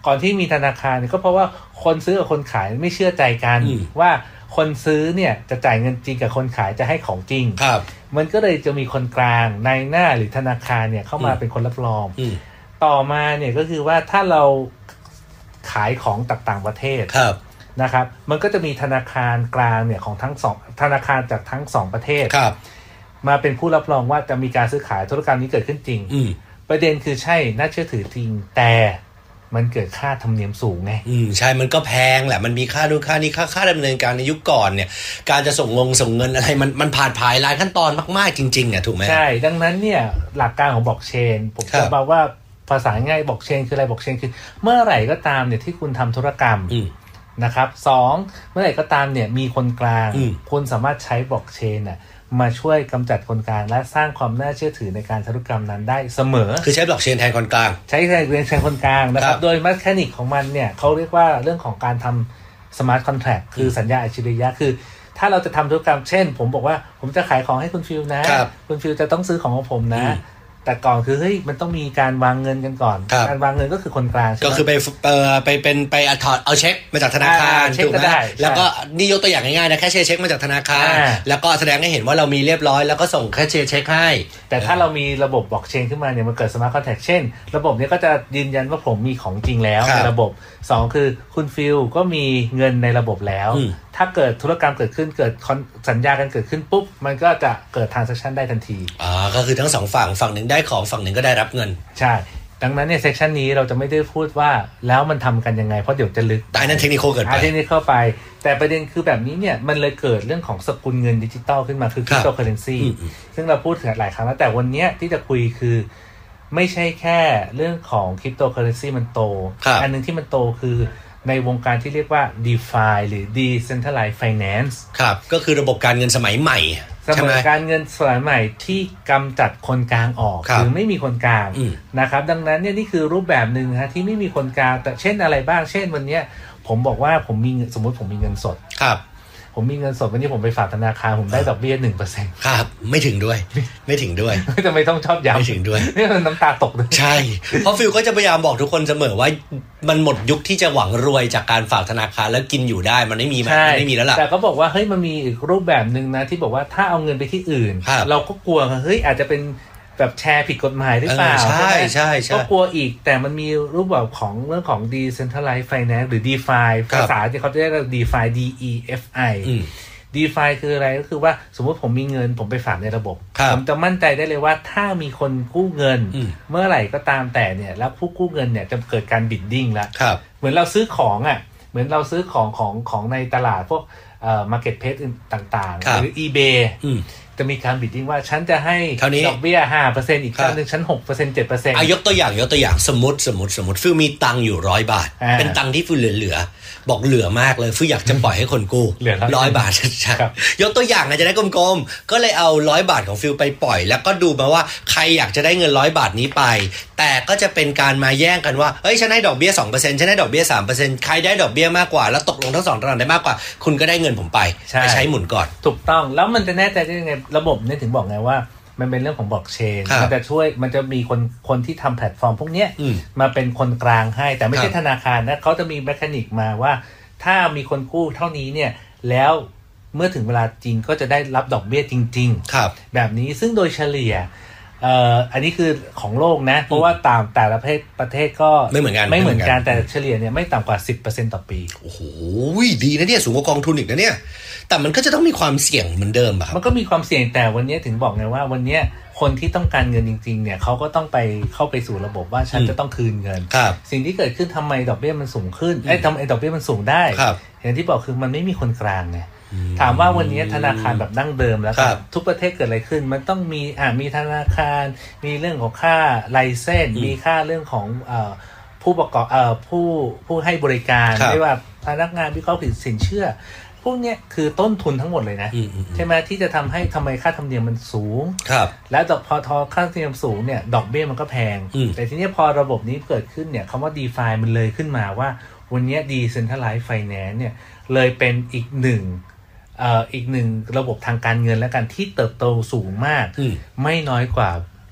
C: ก่อนที่มีธนาคารเนี่ยก็เพราะว่าคนซื้อกับคนขายไม่เชื่อใจกันว่าคนซื้อเนี่ยจะจ่ายเงินจริงกับคนขายจะให้ของจริงมันก็เลยจะมีคนกลางนายหน้าหรือธนาคารเนี่ยเข้ามาเป็นคนรับรองต่อมาเนี่ยก็คือว่าถ้าเราขายของต่างประเทศนะครับมันก็จะมีธนาคารกลางเนี่ยของทั้งสองธนาคารจากทั้งสองประเทศมาเป็นผู้รับรองว่าจะมีการซื้อขายธุรกรรมนี้เกิดขึ้นจริงประเด็นคือใช่น่าเชื่อถือจริงแต่มันเกิดค่าธรรมเนียมสูงไง
B: ใช่มันก็แพงแหละมันมีค่าดูค่านี้ค่าดำเนินการในยุคก่อนเนี่ยการจะส่งเงินอะไรมันผ่านผายหลายขั้นตอนมากๆจริงๆอ่ะถูกไหม
C: ใช่ดังนั้นเนี่ยหลักการของบล็อกเชนผมจะบอกว่าภาษาง่ายบล็อกเชนคืออะไรบล็อกเชนคือเมื่อไหร่ก็ตามเนี่ยที่คุณทำธุรกรรมนะครับ2เมื่อไหร่ก็ตามเนี่ยมีคนกลางคุณสามารถใช้บล็อกเชนน่ะมาช่วยกำจัดคนกลางและสร้างความน่าเชื่อถือในการธุรกรรมนั้นได้เสมอ
B: คือใช้บล็อกเชนแทนคนกลาง
C: ใช้แทนคนกลางนะครับโดยแมคานิกของมันเนี่ยเขาเรียกว่าเรื่องของการทำสมาร์ทคอนแทรคคือสัญญาอัจฉริยะคือถ้าเราจะทำธุรกรรมเช่นผมบอกว่าผมจะขายของให้คุณฟิลนะคุณฟิลจะต้องซื้อของของผมนะแต่ก่อนคือเฮ้ยมันต้องมีการวางเงินกันก่อนการวางเงินก็คือคนกลาง
B: ก็คือไปถอดเอาเช็คมาจากธนาคารถูกไหมแล้วก็นี่ยกตัวอย่างง่ายๆนะแค่เช็คมาจากธนาคารแล้วก็แสดงให้เห็นว่าเรามีเรียบร้อยแล้วก็ส่งแค่เช็คให้
C: แต่ถ้าเรามีระบบบล็อกเชนขึ้นมาเนี่ยมันเกิดสมาร์ทคอนแทคเช่นระบบนี้ก็จะยืนยันว่าผมมีของจริงแล้วในระบบ2คือคุณฟิลก็มีเงินในระบบแล้วถ้าเกิดธุรกรรมเกิดขึ้นเกิดสัญญากันเกิดขึ้นปุ๊บมันก็จะเกิด transaction ได้ทันที
B: ก็คือทั้งสองฝั่งหนึ่งได้ของฝั่งหนึ่งก็ได้รับเงิน
C: ใช่ดังนั้นเนี่ยเซสชันนี้เราจะไม่ได้พูดว่าแล้วมันทำกันยังไงเพราะเดี๋ยวจะลึก
B: แต่นั้นเทคนิคเกิดไป
C: เทคนิคเข้าไปแต่ประเด็นคือแบบนี้เนี่ยมันเลยเกิดเรื่องของสกุลเงินดิจิตอลขึ้นมาคือคริปโตเคอเรนซีซึ่งเราพูดถึงหลายครั้งแล้วแต่วันนี้ที่จะคุยคือไม่ใช่แค่เรื่องของคริปโตเคอเรนซีมันโตอันนึงที่มันโตคือในวงการที่เรียกว่า DeFi หรือ Decentralized Finance
B: ครับก็คือระบบการเงินสมัยใหม่
C: สมัยการเงินสมัยใหม่ที่กำจัดคนกลางออกหรือไม่มีคนกลางนะครับดังนั้นเนี่ยนี่คือรูปแบบหนึ่งฮะที่ไม่มีคนกลางแต่เช่นอะไรบ้างเช่นวันนี้ผมบอกว่าผมมีสมมติผมมีเงินสดผมมีเงินสดวันนี้ผมไปฝากธนาคารผมได้ดอกเบี้ย 1%
B: ครับไม่ถึงด้วย
C: จะไม่ต้องชอบย้ำ
B: ไม่ถึงด้วย
C: นี่มันน้ำตาตกเลย
B: ใช่เพราะฟิลก็จะพยายามบอกทุกคนเสมอว่ามันหมดยุคที่จะหวังรวยจากการฝากธนาคารแล้วกินอยู่ได้มันไม่มีแล้วล่ะ
C: แต่ก็บอกว่าเฮ้ยมันมีอีกรูปแบบนึงนะที่บอกว่าถ้าเอาเงินไปที่อื่นเราก็กลัวเฮ้ยอาจจะเป็นแบบแชร์ผิดกฎหมายหรือเปล่า
B: ใช่
C: ก็กลัวอีกแต่มันมีรูปแบบของเรื่องของ Decentralized Finance หรือ DeFi ภาษาที่เขาเรียกว่า DeFi DEFI DeFi คืออะไรก็คือว่าสมมติผมมีเงินผมไปฝากในระบบผมจะมั่นใจได้เลยว่าถ้ามีคนกู้เงินเมื่อไหร่ก็ตามแต่เนี่ยแล้วผู้กู้เงินเนี่ยจะเกิดการบิดดิ้งแล้วเหมือนเราซื้อของอ่ะเหมือนเราซื้อของในตลาดพวกmarketplace ต่างๆหรือ eBayจะมีการบิดดิ้งว่าฉันจะให้ดอกเบี้ย 5% อีกครั้งนึงฉัน 6% 7%
B: ยกตัวอย่างสมมติฟิลมีตังค์อยู่100 บาทเป็นตังค์ที่ฟิลเหลือบอกเหลือมากเลยฟิลอยากจะปล่อยให้คนกู้100 บาทใช่ยกตัวอย่างจะได้กลมๆก็เลยเอา100 บาทของฟิลไปปล่อยแล้วก็ดูมาว่าใครอยากจะได้เงิน100 บาทนี้ไปแต่ก็จะเป็นการมาแย่งกันว่าเฮ้ยฉันให้ดอกเบี้ย 2% ฉันให้ดอกเบี้ย 3% ใครได้ดอกเบี้ยมากกว่าแล้วตกลงทั้ง2ตลาดได้มากกว่าคุณก็ได้เงินผมไปใช้หมุนก่อน
C: ถูกต้องแล้วมันจะแน่ใจได้ยังไงระบบเนี่ยถึงบอกไงว่ามันเป็นเรื่องของบล็อกเชนมันจะช่วยมันจะมีคนที่ทำแพลตฟอร์มพวกนี้มาเป็นคนกลางให้แต่ไม่ใช่ธนาคารนะเขาจะมีแมคานิกมาว่าถ้ามีคนกู้เท่านี้เนี่ยแล้วเมื่อถึงเวลาจริงก็จะได้รับดอกเบี้ยจริงๆแบบนี้ซึ่งโดยเฉลี่ยอันนี้คือของโลกนะเพราะว่าตามแต่ละประเทศก็
B: ไม่เหมือน
C: กันแต่เฉลี่ยเนี่ยไม่ต่ำกว่า 10% ต่อปี
B: โอ้โหดีนะเนี่ยสูงกว่ากองทุนอีกนะเนี่ยแต่มันก็จะต้องมีความเสี่ยงเหมือนเดิมป่ะ
C: มันก็มีความเสี่ยงแต่วันนี้ถึงบอกไงว่าวันนี้คนที่ต้องการเงินจริงๆเนี่ยเขาก็ต้องเข้าไปสู่ระบบว่าฉันจะต้องคืนเงินสิ่งที่เกิดขึ้นทำไมดอกเบี้ยมันสูงขึ้นทำไมดอกเบี้ยมันสูงได้อย่างที่บอกคือมันไม่มีคนกลางไงถามว่าวันนี้ธนาคารแบบดั้งเดิมแล้วทุกประเทศเกิดอะไรขึ้นมันต้องมีธนาคารมีเรื่องของค่าไลเซนส์มีค่าเรื่องของผู้ประกอบผู้ให้บริการไม่ว่าพนักงานวิเคราะห์สินเชื่อพวกนี้คือต้นทุนทั้งหมดเลยนะใช่ไหมที่จะทำไมค่าธรรมเนียมมันสูงแล้วพอค่าธรรมเนียมสูงเนี่ยดอกเบี้ยมันก็แพงแต่ทีนี้พอระบบนี้เกิดขึ้นเนี่ยคำว่า DeFi มันเลยขึ้นมาว่าวันนี้ Decentralized Finance เนี่ยเลยเป็นอีกหนึ่งระบบทางการเงินและกันที่เติบโตสูงมากไม่น้อยกว่า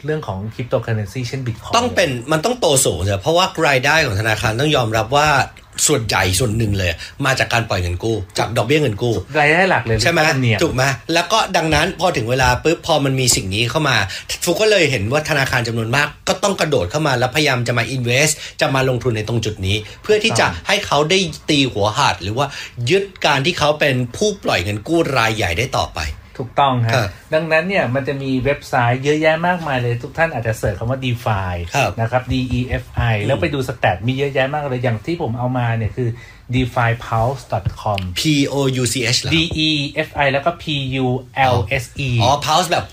C: เรื่องของคริปโตเคอเรนซีเช่น Bitcoin
B: มันต้องโตสูงเลยเพราะว่ารายได้ของธนาคารต้องยอมรับว่าส่วนใหญ่ส่วนหนึ่งเลยมาจากการปล่อยเงินกู้จากดอกเบี้ยเงินกู้
C: รายได้หลักเลย
B: ใช่ไหมถูกไหมแล้วก็ดังนั้นพอถึงเวลาปุ๊บพอมันมีสิ่งนี้เข้ามาฟุกก็เลยเห็นว่าธนาคารจำนวนมากก็ต้องกระโดดเข้ามาแล้วพยายามจะมา invest จะมาลงทุนในตรงจุดนี้เพื่อที่จะให้เขาได้ตีหัวหาดหรือว่ายึดการที่เขาเป็นผู้ปล่อยเงินกู้รายใหญ่ได้ต่อไป
C: ถูกต้องครับดังนั้นเนี่ยมันจะมีเว็บไซต์เยอะแยะมากมายเลยทุกท่านอาจจะเสิร์ชคำว่า DeFi นะครับ DEFI แล้วไปดูสแตทมีเยอะแยะมากเลยอย่างที่ผมเอามาเนี่ยคือ defipulse.com
B: POUCH
C: DEFI แล้วก็ PULSE
B: อ๋อ Pulse แบบ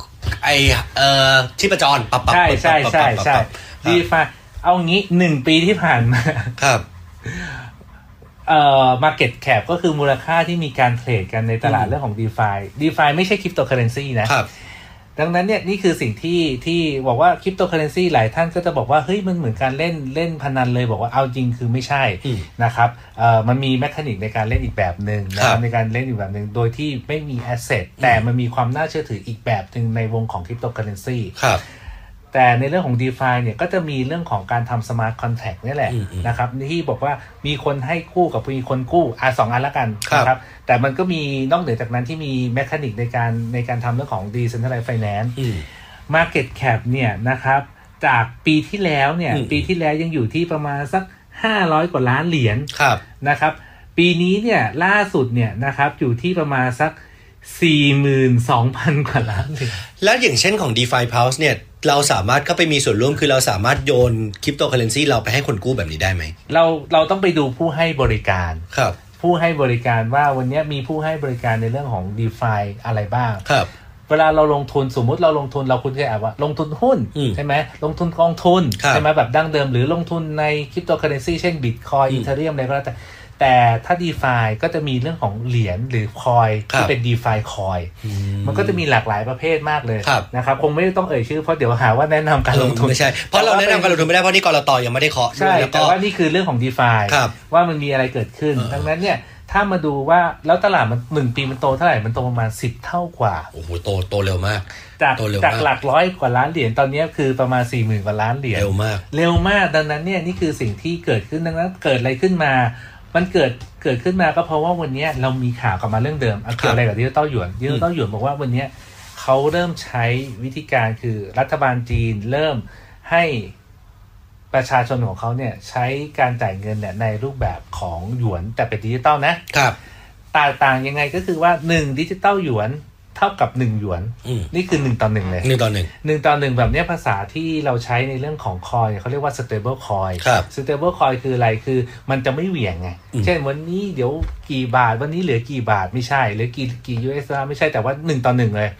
B: ชีพจรปั๊บ
C: ใช่DeFi เอางี้1ปีที่ผ่านมา
B: ครับ
C: market cap ก็คือมูลค่าที่มีการเทรดกันในตลาดเรื่องของ DeFi ไม่ใช่คริปโตเคอเรนซีนะครับดังนั้นเนี่ยนี่คือสิ่งที่บอกว่าคริปโตเคอเรนซีหลายท่านก็จะบอกว่าเฮ้ยมันเหมือนการเล่นพนันเลยบอกว่าเอาจริงคือไม่ใช่นะครับมันมีแมคานิกในการเล่นอีกแบบนึงนะครับในการเล่นอีกแบบนึงโดยที่ไม่มีแอสเซทแต่มันมีความน่าเชื่อถืออีกแบบนึงในวงของคริปโตเคอเรนซีแต่ในเรื่องของ DeFi เนี่ยก็จะมีเรื่องของการทำ Smart Contract นี่แหละนะครับที่บอกว่ามีคนให้กู้กับมีคนกู้2 อันละกันนะครับแต่มันก็มีนอกเหนือจากนั้นที่มีแมคานิกในการทำเรื่องของ Decentralized Finance Market Cap เนี่ยนะครับจากปีที่แล้วเนี่ยปีที่แล้วยังอยู่ที่ประมาณสัก500 กว่าล้านเหรียญนะครับปีนี้เนี่ยล่าสุดเนี่ยนะครับอยู่ที่ประมาณสัก 42,000 กว่าล้านเหรียญ
B: แล้วอย่างเช่นของ DeFi Pulse เนี่ยเราสามารถเข้าไปมีส่วนร่วมคือเราสามารถโยนคริปโตเคอเรนซีเราไปให้คนกู้แบบนี้ได้ไหม
C: เราต้องไปดูผู้ให้บริการ
B: ครับ
C: ผู้ให้บริการว่าวันนี้มีผู้ให้บริการในเรื่องของ DeFi อะไรบ้าง
B: ครับ
C: เวลาเราลงทุนสมมุติเราลงทุนเราคุณเคยอ่านว่าลงทุนหุ้นใช่ไหมลงทุนกองทุนใช่ไหมแบบดั้งเดิมหรือลงทุนในคริปโตเคอเรนซีเช่น Bitcoin Ethereum อะไรก็แล้วแต่ถ้า DeFi ก็จะมีเรื่องของเหรียญหรือคอยที่เป็น DeFi คอยมันก็จะมีหลากหลายประเภทมากเลยนะครับคงไม่ต้องเอ่ยชื่อเพราะเดี๋ยวหาว่าแนะนำการลงทุน
B: ไม่ใช่เพราะเราแนะนำการลงทุนไม่ได้เพราะนี่กลต.ยังไม่ได้เคาะ
C: ใช่แต่ว่านี่คือเรื่องของ DeFi ว่ามันมีอะไรเกิดขึ้นดังนั้นเนี่ยถ้ามาดูว่าแล้วตลาดมัน1 ปีมันโตเท่าไหร่มันโตประมาณ10 เท่ากว่า
B: โอ้โหโตเร็วมาก
C: จากหลักร้อยกว่าล้านเหรียญตอนนี้คือประมาณ 40,000 กว่าล้านเหรียญเร็วมากดังนั้นเนี่ยนี่คือสิ่งที่เกิดขึ้นดังนั้นเกิดอะไรขึ้นมามันเกิดขึ้นมาก็เพราะว่าวันนี้เรามีข่าวกลับมาเรื่องเดิมเกี่ยวอะไรกับดิจิตอลหยวนบอกว่าวันนี้เขาเริ่มใช้วิธีการคือรัฐบาลจีนเริ่มให้ประชาชนของเขาเนี่ยใช้การจ่ายเงินเนี่ยในรูปแบบของหยวนแต่เป็นดิจิตอลนะครับต่างยังไงก็คือว่า1ดิจิตอลหยวนเท่ากับ1หยวนนี่คือ1:1เลย1:1แบบนี้ภาษาที่เราใช้ในเรื่องของคอยเขาเรียกว่า stable coin stable coin คืออะไรคือมันจะไม่เหวี่ยงไงเช่นวันนี้เดี๋ยวกี่บาทวันนี้เหลือกี่บาทไม่ใช่เหลือกี่ US ไม่ใช่แต่ว่า1:1เลย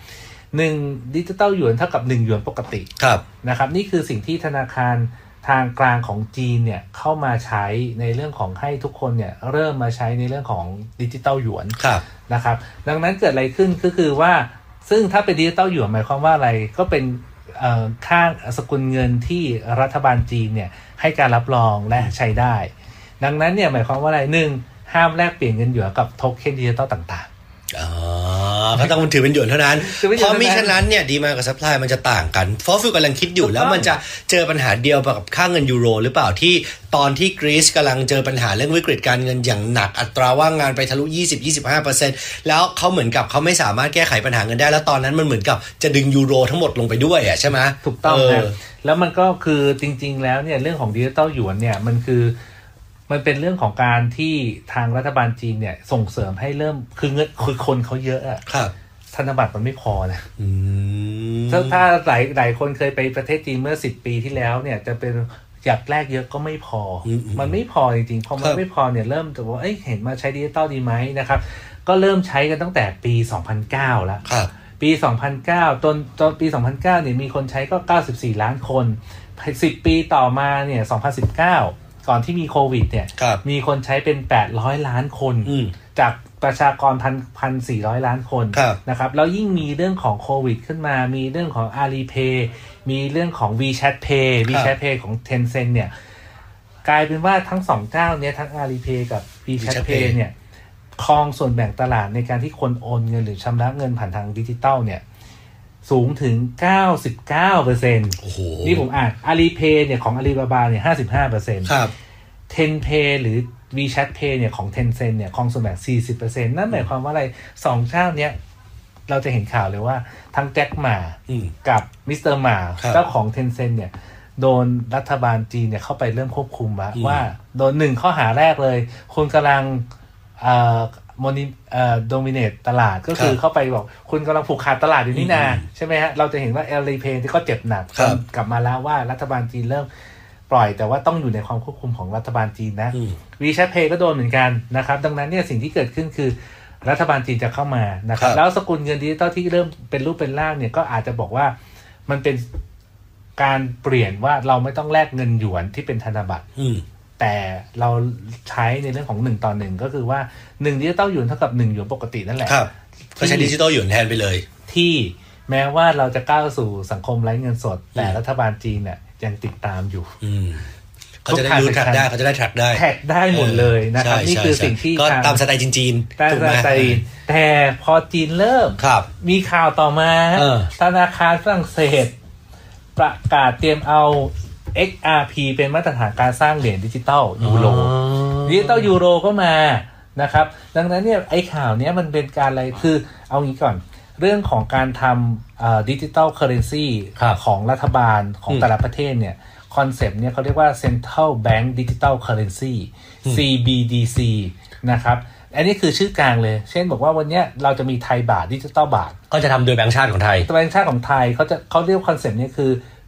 C: 1ดิจิตอลหยวนเท่ากับ1หยวนปกตินะครับนี่คือสิ่งที่ธนาคารทางกลางของจีนเนี่ยเข้ามาใช้ในเรื่องของให้ทุกคนเนี่ยเริ่มมาใช้ในเรื่องของดิจิตอลหยวนนะครับดังนั้นเกิดอะไรขึ้นก็คือว่าซึ่งถ้าเป็นดิจิตอลหยวนหมายความว่าอะไรก็เป็นค่าสกุลเงินที่รัฐบาลจีนเนี่ยให้การรับรองและใช้ได้ดังนั้นเนี่ยหมายความว่าอะไร1ห้ามแลกเปลี่ยนเงินหยวนกับโทเค็นดิจิตอลต่างๆ
B: เขาต้องถือเป็นหยวนเท่านั้นเพราะมิฉะนั้นเนี่ยดีมานกับซัพพลายมันจะต่างกันฟอสฟิลกำลังคิดอยู่แล้วมันจะเจอปัญหาเดียวกับค่าเงินยูโรหรือเปล่าที่ตอนที่กรีซกำลังเจอปัญหาเรื่องวิกฤตการเงินอย่างหนักอัตราว่างงานไปทะลุ 20-25% แล้วเขาเหมือนกับเขาไม่สามารถแก้ไขปัญหาเงินได้แล้วตอนนั้นมันเหมือนกับจะดึงยูโรทั้งหมดลงไปด้วยอ่ะใช่ไหม
C: ถูกต้องครับแล้วมันก็คือจริงๆแล้วเนี่ยเรื่องของดิจิตอลหยวนเนี่ยมันเป็นเรื่องของการที่ทางรัฐบาลจีนเนี่ยส่งเสริมให้เริ่มคือเงินคือคนเขาเยอะอะธนบัตรมันไม่พอนะถ้าหลายคนเคยไปประเทศจีนเมื่อ10 ปีที่แล้วเนี่ยจะเป็นอยากแลกเยอะก็ไม่พอมันไม่พอจริงๆพอมันไม่พอเนี่ยเริ่มจะว่าเห็นมาใช้ดิจิตอลดีไหมนะครับก็เริ่มใช้กันตั้งแต่ปี2009แล้วปี2009ตอนปี2009เนี่ยมีคนใช้ก็94ล้านคน10 ปีต่อมาเนี่ย2019ก่อนที่มีโควิดเนี่ยมีคนใช้เป็น800ล้านคนจากประชากร 1,400 ล้านคนนะครับแล้วยิ่งมีเรื่องของโควิดขึ้นมามีเรื่องของ Alipay มีเรื่องของ WeChat Pay ของ Tencent เนี่ยกลายเป็นว่าทั้ง2เจ้าเนี่ยทั้ง Alipay กับ WeChat Pay เนี่ยครองส่วนแบ่งตลาดในการที่คนโอนเงินหรือชำระเงินผ่านทางดิจิตอลเนี่ยสูงถึง 99%
B: โอ้โห
C: นี่ผมอ่าน Alipay เนี่ยของ Alibaba เนี่ย 55%
B: ครับ
C: Tenpay หรือ WeChat Pay เนี่ยของ Tencent เนี่ยครองส่วนแบ่ง 40% นั่นหมายความว่าอะไร2เจ้าเนี้ยเราจะเห็นข่าวเลยว่าทั้งแจ็คหม่ากับมิสเตอร์หม่าเจ้าของ Tencent เนี่ยโดนรัฐบาลจีนเนี่ยเข้าไปเริ่มควบคุมว่าโดน1ข้อหาแรกเลยคุณกำลังโดมิเนตตลาดก็คือเข้าไปบอกคุณกำลังผูกขาดตลาดอยู่นี่นาใช่ไหมฮะเราจะเห็นว่า Alipay ที่ก็เจ็บหนักกลับมาแล้วว่ารัฐบาลจีนเริ่มปล่อยแต่ว่าต้องอยู่ในความควบคุมของรัฐบาลจีนนะ WeChat Pay ก็โดนเหมือนกันนะครับดังนั้นเนี่ยสิ่งที่เกิดขึ้นคือรัฐบาลจีนจะเข้ามานะครับแล้วสกุลเงินดิจิตอลที่เริ่มเป็นรูปเป็นร่างเนี่ยก็อาจจะบอกว่ามันเป็นการเปลี่ยนว่าเราไม่ต้องแลกเงินหยวนที่เป็นธนบัตรแต่เราใช้ในเรื่องของ1 ต่อ 1ก็คือว่า1ดิจิตอลหยวนเท่ากับ1หยวนปกตินั่นแหละ
B: ก็ใช้ดิจิตอลหยวนแทนไปเลย
C: ที่แม้ว่าเราจะก้าวสู่สังคมไร้เงินสดแต่รัฐบาลจีนเนี่ยยังติดตามอยู่
B: เขาจะได้รู้แท็กได้เขาจะได้แท็ก
C: ได้หมดเลยนะครับนี่คือสิ่งที่
B: ก็ตามสไตล์จีน
C: ตามสไตล์แต่พอจีนเริ่มมีข่าวต่อมาธนาคารฝรั่งเศสประกาศเตรียมเอา XRP เป็นมาตรฐานการสร้างเหรียญดิจิตอลยูโรดิจิตอลยูโรก็มานะครับดังนั้นเนี่ยไอ้ข่าวนี้มันเป็นการอะไรคือเอางี้ก่อนเรื่องของการทำดิจิตอลเคอเรนซีของรัฐบาลของแต่ละประเทศเนี่ยคอนเซปต์เนี่ยเขาเรียกว่า Central Bank Digital Currency CBDC นะครับอันนี้คือชื่อกลางเลยเช่นบอกว่าวันนี้เราจะมีไทยบาทดิจิตอลบาท
B: ก็จะทำโดยแบงก์ชาติของไทย
C: แบงก์ชาติของไทยเขาเรียกคอนเซปต์นี้คือ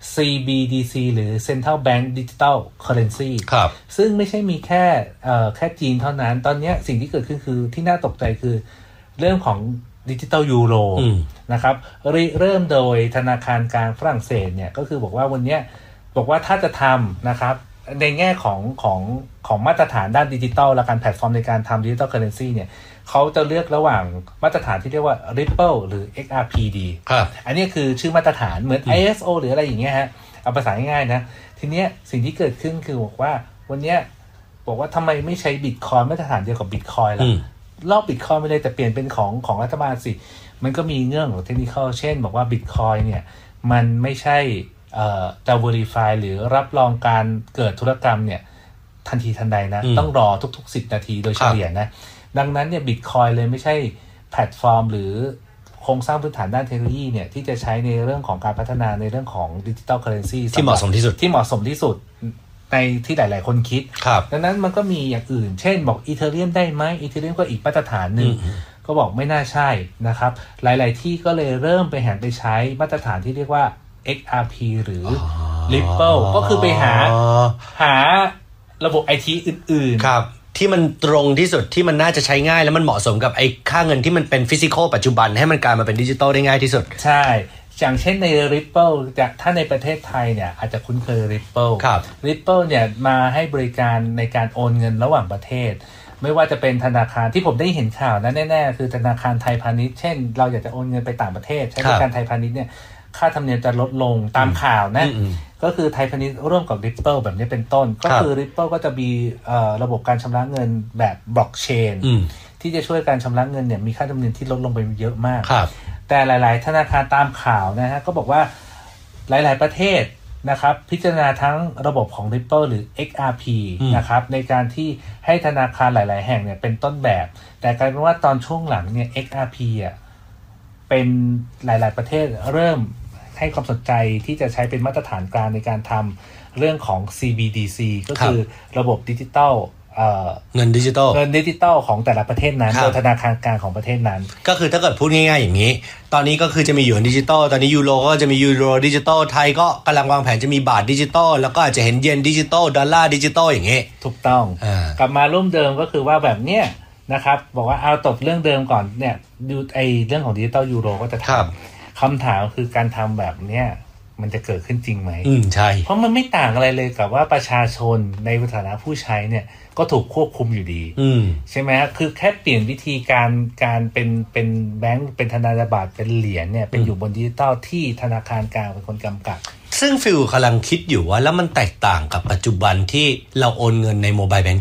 C: CBDC หรือ Central Bank Digital Currency
B: ครับ
C: ซึ่งไม่ใช่มีแค่จีนเท่านั้นตอนนี้สิ่งที่เกิดขึ้นคือที่น่าตกใจคือเรื่องของดิจิตอลยูโรนะครับเริ่มโดยธนาคารกลางฝรั่งเศสเนี่ยก็คือบอกว่าวันนี้บอกว่าถ้าจะทำนะครับในแง่ของมาตรฐานด้านดิจิตอลและการแพลตฟอร์มในการทำดิจิตอลเคอเรนซีเนี่ยเขาจะเลือกระหว่างมาตรฐานที่เรียกว่า Ripple หรือ XRP ดีอันนี้คือชื่อมาตรฐานเหมือน ISO หรืออะไรอย่างเงี้ยฮะเอาภาษาง่ายๆนะทีเนี้ยสิ่งที่เกิดขึ้นคือบอกว่าวันเนี้ยบอกว่าทำไมไม่ใช้ Bitcoin มาตรฐานเดียวกับ Bitcoin ล่ะลอก Bitcoin ไปเลยแต่เปลี่ยนเป็นของรัฐบาลสิมันก็มีเงื่อนของเทคนิคเช่นบอกว่า Bitcoin เนี่ยมันไม่ใช่จะ verify หรือรับรองการเกิดธุรกรรมเนี่ยทันทีทันใดนะต้องรอทุกๆ10 นาทีโดยเฉลี่ยนะดังนั้นเนี่ย Bitcoin เลยไม่ใช่แพลตฟอร์มหรือโครงสร้างพื้นฐานด้านเทคโนโลยีเนี่ยที่จะใช้ในเรื่องของการพัฒนาในเรื่องของดิจิทัลเคอเรนซี
B: ที่เหมาะสมที่
C: สุดในที่หลายๆคนคิดดังนั้นมันก็มีอย่างอื่นเช่นบอกอีเธอเรียมได้ไหมอีเธอเรียมก็อีกมาตรฐานหนึ่งก็บอกไม่น่าใช่นะครับหลายๆที่ก็เลยเริ่มไปหันไปใช้มาตรฐานที่เรียกว่า XRP หรือ Ripple ก็คือไปหาระบบ IT อื่น
B: ๆครับที่มันตรงที่สุดที่มันน่าจะใช้ง่ายแล้วมันเหมาะสมกับไอ้ค่าเงินที่มันเป็นฟิสิกอลปัจจุบันให้มันกลายมาเป็นดิจิตอลได้ง่ายที่สุด
C: ใช่อย่างเช่นใน Ripple ถ้าในประเทศไทยเนี่ยอาจจะคุ้นเคย Ripple Ripple เนี่ยมาให้บริการในการโอนเงินระหว่างประเทศไม่ว่าจะเป็นธนาคารที่ผมได้เห็นข่าวนะแน่ๆคือธนาคารไทยพาณิชย์เช่นเราอยากจะโอนเงินไปต่างประเทศใช้บริการไทยพาณิชย์เนี่ยค่าธรรมเนียมจะลดลงตามข่าวนะก็คือไทยพาณิชย์ร่วมกับ Ripple แบบนี้เป็นต้นก็คือ Ripple ก็จะมีระบบการชำระเงินแบบบล็อกเชนที่จะช่วยการชำระเงินเนี่ยมีค่าธรรมเนียมที่ลดลงไปเยอะมากแต่หลายๆธนาคารตามข่าวนะฮะก็บอกว่าหลายๆประเทศนะครับพิจารณาทั้งระบบของ Ripple หรือ XRP นะครับในการที่ให้ธนาคารหลายๆแห่งเนี่ยเป็นต้นแบบแต่กลายเป็นว่าตอนช่วงหลังเนี่ย XRP อ่ะเป็นหลายๆประเทศเริ่มให้ความสนใจที่จะใช้เป็นมาตรฐานกลางในการทำเรื่องของ CBDC ก็คือระบบดิจิตอล
B: เงินดิจิตอล
C: ของแต่ละประเทศนั้นโดยธนาคารกลางของประเทศนั้น
B: ก็คือถ้าเกิดพูดง่ายๆอย่างนี้ตอนนี้ก็คือจะมีหยวนดิจิตอลตอนนี้ยูโรก็จะมียูโรดิจิตอลไทยก็กำลังวางแผนจะมีบาทดิจิตอลแล้วก็อาจจะเห็นเยนดิจิตอลดอลลาร์ดิจิตอลอย่างนี้
C: ถูกต้องกลับมาร่วมเดิมก็คือว่าแบบเนี้ยนะครับบอกว่าเอาตบเรื่องเดิมก่อนเนี่ยดูไอเรื่องของดิจิตอลยูโรก็จะทำคำถามคือการทำแบบเนี้ยมันจะเกิดขึ้นจริงไหม
B: ใช่
C: เพราะมันไม่ต่างอะไรเลยกับว่าประชาชนในฐานะผู้ใช้เนี่ยก็ถูกควบคุมอยู่ดีใช่ไหมครับคือแค่เปลี่ยนวิธีการเป็นแบงก์เป็นธนบัตรเป็นเหรียญเนี่ยเป็นอยู่บนดิจิตอลที่ธนาคารกลางเป็นคนกำกับ
B: ซึ่งฟิลกำลังคิดอยู่ว่าแล้วมันแตกต่างกับปัจจุบันที่เราโอนเงินในโมบายแบงกิ้งไหม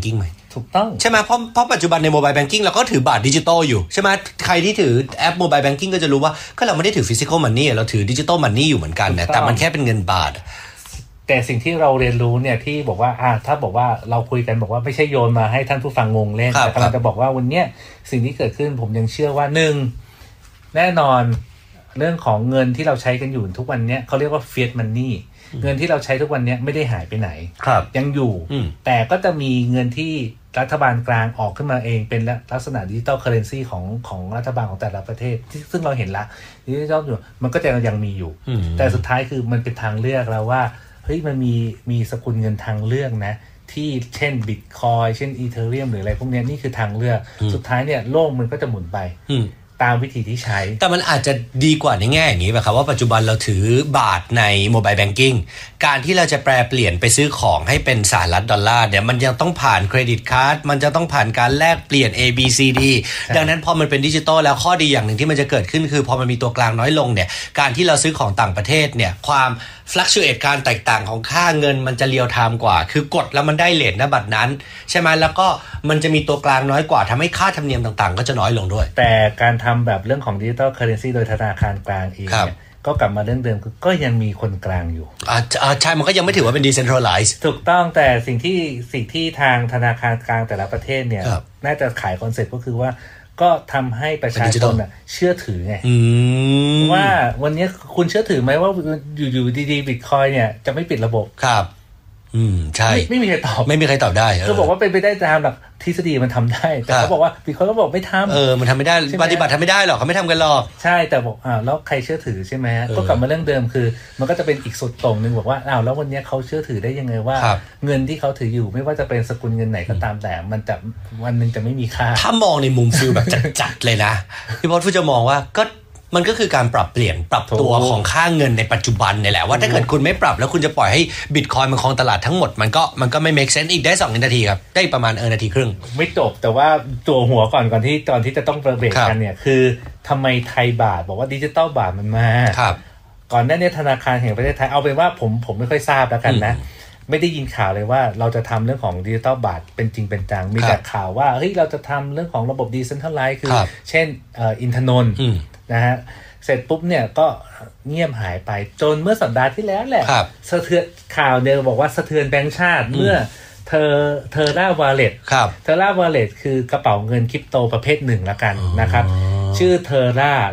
C: ถูกต้อง
B: ใช่ไหมเพราะปัจจุบันในโมบายแบงกิ้งเราก็ถือบัตรดิจิตอลอยู่ใช่ไหมใครที่ถือแอปโมบายแบงกิ้งก็จะรู้ว่าก็เราไม่ได้ถือฟิสิคอลมันนี่เราถือดิจิตอลมันนี่อยู่เหมือนกันนะแต่มันแค่เป็นเงินบาท
C: แต่สิ่งที่เราเรียนรู้เนี่ยที่บอกว่าถ้าบอกว่าเราคุยกันบอกว่าไม่ใช่โยนมาให้ท่านผู้ฟังงงเล่นแต่กำลังจะบอกว่าวันนี้สิ่งที่เกิดขึ้นผมยังเชื่อว่า1แน่นอนเรื่องของเงินที่เราใช้กันอยู่ทุกวันนี้เขาเรียกว่า fiat money เงินที่เราใช้ทุกวันนี้ไม่ได้หายไปไหนยังอยู่แต่ก็จะมีเงินที่รัฐบาลกลางออกขึ้นมาเองเป็นลักษณะดิจิตอลเคอเรนซีของรัฐบาลของแต่ละประเทศซึ่งเราเห็นละดิจิตอลอยู่มันก็จะยังมีอยู่แต่สุดท้ายคือมันเป็นทางเลือกแล้วว่าเฮ้ยมันมีสกุลเงินทางเลือกนะที่เช่น Bitcoin เช่น Ethereum หรืออะไรพวกนี้นี่คือทางเลือกสุดท้ายเนี่ยโลกมันก็จะหมุนไปตามวิธีที่ใช้
B: แต่มันอาจจะดีกว่าในแง่อย่างนี้ป่ะครับว่าปัจจุบันเราถือบาทในโมบายแบงกิ้งการที่เราจะแปลเปลี่ยนไปซื้อของให้เป็นสหรัฐดอลลาร์เนี่ยมันยังต้องผ่านเครดิตการ์ดมันจะต้องผ่านการแลกเปลี่ยน ABCD ดังนั้นพอมันเป็นดิจิตอลแล้วข้อดีอย่างหนึ่งที่มันจะเกิดขึ้นคือพอมันมีตัวกลางน้อยลงเนี่ยการที่เราซื้อของต่างประเทศเนี่ยความfluctuate การแตกต่างของค่าเงินมันจะเรียลไทม์กว่าคือกดแล้วมันได้เรทณบัตรนั้นใช่ไหมแล้วก็มันจะมีตัวกลางน้อยกว่าทำให้ค่าธรรมเนียมต่างๆก็จะน้อยลงด้วย
C: แต่การทำแบบเรื่องของ Digital Currency โดยธนาคารกลางเองเนี่ยก็กลับมาเรื่องเดิมคือก็ยังมีคนกลางอยู่
B: ใช่มันก็ยังไม่ถือว่าเป็น decentralized
C: ถูกต้องแต่สิ่งที่ทางธนาคารกลางแต่ละประเทศเนี่ยน่าจะขายคอนเซ็ปต์ก็คือว่าก็ทำให้ประชาชนเชื่อถือไงว่าวันนี้คุณเชื่อถือไหมว่าอยู่ดีๆ Bitcoin เนี่ยจะไม่ปิดระบบ
B: ครับใช่
C: ไม่มีใครตอบ
B: ได้
C: คือบอกว่าเป็นไปได้ตามหลักทฤษฎีมันทำได้แต่เขาบอกว่าBitcoinก็บอกไม่ทำ
B: มันทำไม่ได้ปฏิบัติทำไม่ได้หรอกเขาไม่ทำกันหรอก
C: ใช่แต่บอกแล้วใครเชื่อถือใช่ไหมก็กลับมาเรื่องเดิมคือมันก็จะเป็นอีกสุดตรงนึงบอกว่าแล้ววันนี้เขาเชื่อถือได้ยังไงว่าเงินที่เขาถืออยู่ไม่ว่าจะเป็นสกุลเงินไหนก็ตามแต่มันจะวันนึงจะไม่มีค่า
B: ถ้ามองในมุมฟิลแบบจัดๆเลยนะพี่พอดจะมองว่ามันก็คือการปรับตัวของค่าเงินในปัจจุบันนี่แหละว่าถ้าเกิดคุณไม่ปรับแล้วคุณจะปล่อยให้ Bitcoin มันครองตลาดทั้งหมดมันก็ไม่ make sense อีกได้2นาทีครับได้ประมาณนาทีครึ่ง
C: ไม่จบแต่ว่าตัวหัวก่อนที่จะต้องเบรกกันเนี่ยคือทำไมไทยบาทบอกว่าดิจิตอลบาทมันมาก่อนหน้านี้ธนาคารแห่งประเทศไทยเอาเป็นว่าผมไม่ค่อยทราบแล้วกันนะไม่ได้ยินข่าวเลยว่าเราจะทำเรื่องของดิจิตอลบาทเป็นจริงเป็นจังมีแต่ข่าวว่าเฮ้ยเราจะทำเรื่องของระบบดิเซนทรัลไลซ์คือเช่นอินทนนท์นะฮะเสร็จปุ๊บเนี่ยก็เงียบหายไปจนเมื่อสัปดาห์ที่แล้วแหละสะเทือนข่าวเนี่ยบอกว่าสะเทือนแบงก์ชาติเมื่อเทอร่าวอลเล็ตเทอร่าวอลเล็ตคือกระเป๋าเงินคริปโตประเภทหนึ่งละกันนะครับชื่อเทอร่า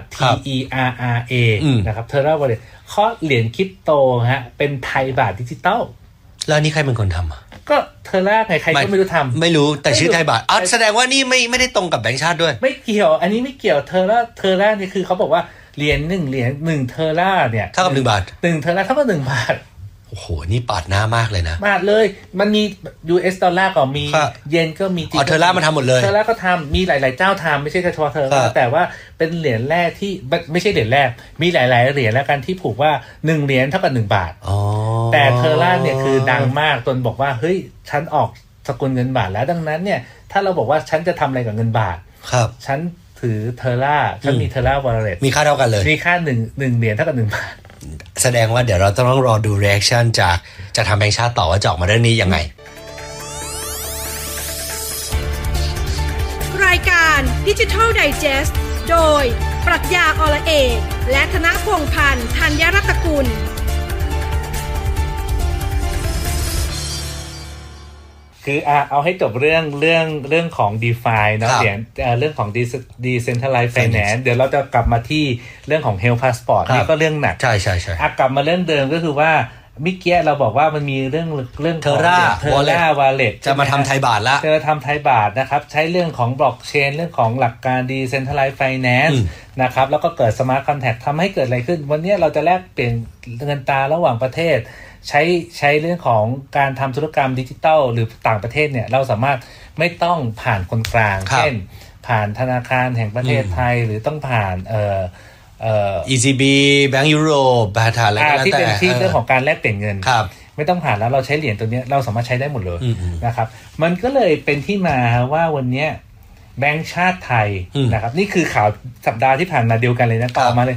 C: TERRA นะครับเทอร่าวอลเล็ตข้อเหรียญคริปโตฮะเป็นไทยบาทดิจิตอล
B: แล้วนี่ใครเป็นคนทำ
C: ก็เทอร่าใครก็ไม่รู้ทำ
B: ไม่รู้แต่ชื่อไทยบาทแสดงว่านี่ไม่ได้ตรงกับแบงก์ชาติด้วย
C: ไม่เกี่ยวอันนี้ไม่เกี่ยวเทอร่านี่คือเขาบอกว่าเหรียญ1เทอร่าเนี่ย
B: เท่ากับ1 บาท
C: 1เทอร่าเท่ากับ1 บาท
B: โอ้โหนี่ปาดหน้ามากเลยนะ
C: ปาดเลยมันมี US ดอลลาร์ก็มีเยนก็มี
B: เทอร่ามันทำหมดเลย
C: เทอร่าก็ทำมีหลายๆเจ้าทำไม่ใช่เฉพาะเทอร่าแต่ว่าเป็นเหรียญแรกที่ไม่ใช่เหรียญแรกมีหลายๆเหรียญแล้วกันที่ผูกว่า1เหรียญเท่ากับ1 บาทแต่เทอร่าเนี่ยคือดังมากจนบอกว่าเฮ้ยฉันออกสกุลเงินบาทแล้วดังนั้นเนี่ยถ้าเราบอกว่าฉันจะทำอะไรกับเงินบาทฉันถือเทอร่าฉันมีเทอร่าวอลเล็ต
B: มีค่าเท่ากันเลย
C: มีค่า1เหรียญเท่ากับ1 บาท
B: แสดงว่าเดี๋ยวเราต้องรอดู reaction จากทางแบงก์ชาติต่อว่าจะออกมาเรื่องนี้ยังไง
A: รายการ Digital Digest โดยปรัชญาอรเอกและธนพงษ์พันธ์ธัญรัตนกุล
C: คือเอาให้จบเรื่องของ DeFi เนาะเรื่องของ Decentralized Finance เดี๋ยวเราจะกลับมาที่เรื่องของ Health Passport นี่ก็เรื่องหนัก
B: ใช่ๆ
C: กลับมาเรื่องเดิมก็คือว่าเมื่อกี้เราบอกว่ามันมีเรื่อง
B: เทอร่าว
C: อลเล็ต
B: จะมาทำไทยบาทละ
C: จะทำไทยบาทนะครับใช้เรื่องของบล็อกเชนเรื่องของหลักการ Decentralized Finance นะครับแล้วก็เกิด Smart Contract ทำให้เกิดอะไรขึ้นวันนี้เราจะแลกเปลี่ยนเงินตราระหว่างประเทศใช้เรื่องของการทำธุรกรรมดิจิทัลหรือต่างประเทศเนี่ยเราสามารถไม่ต้องผ่านคนกลางเช่นผ่านธนาคารแห่งประเทศไทยหรือต้องผ่าน
B: ECB แบงก์ยุโรปผ่านอะไรก็แล้วแต่
C: ที่เป็นที่เรื่องของการแลกเปลี่ยนเงินไม่ต้องผ่านแล้วเราใช้เหรียญตัวนี้เราสามารถใช้ได้หมดเลยนะครับมันก็เลยเป็นที่มาว่าวันนี้แบงก์ชาติไทยนะครับนี่คือข่าวสัปดาห์ที่ผ่านมาเดียวกันเลยนะต่อมาเลย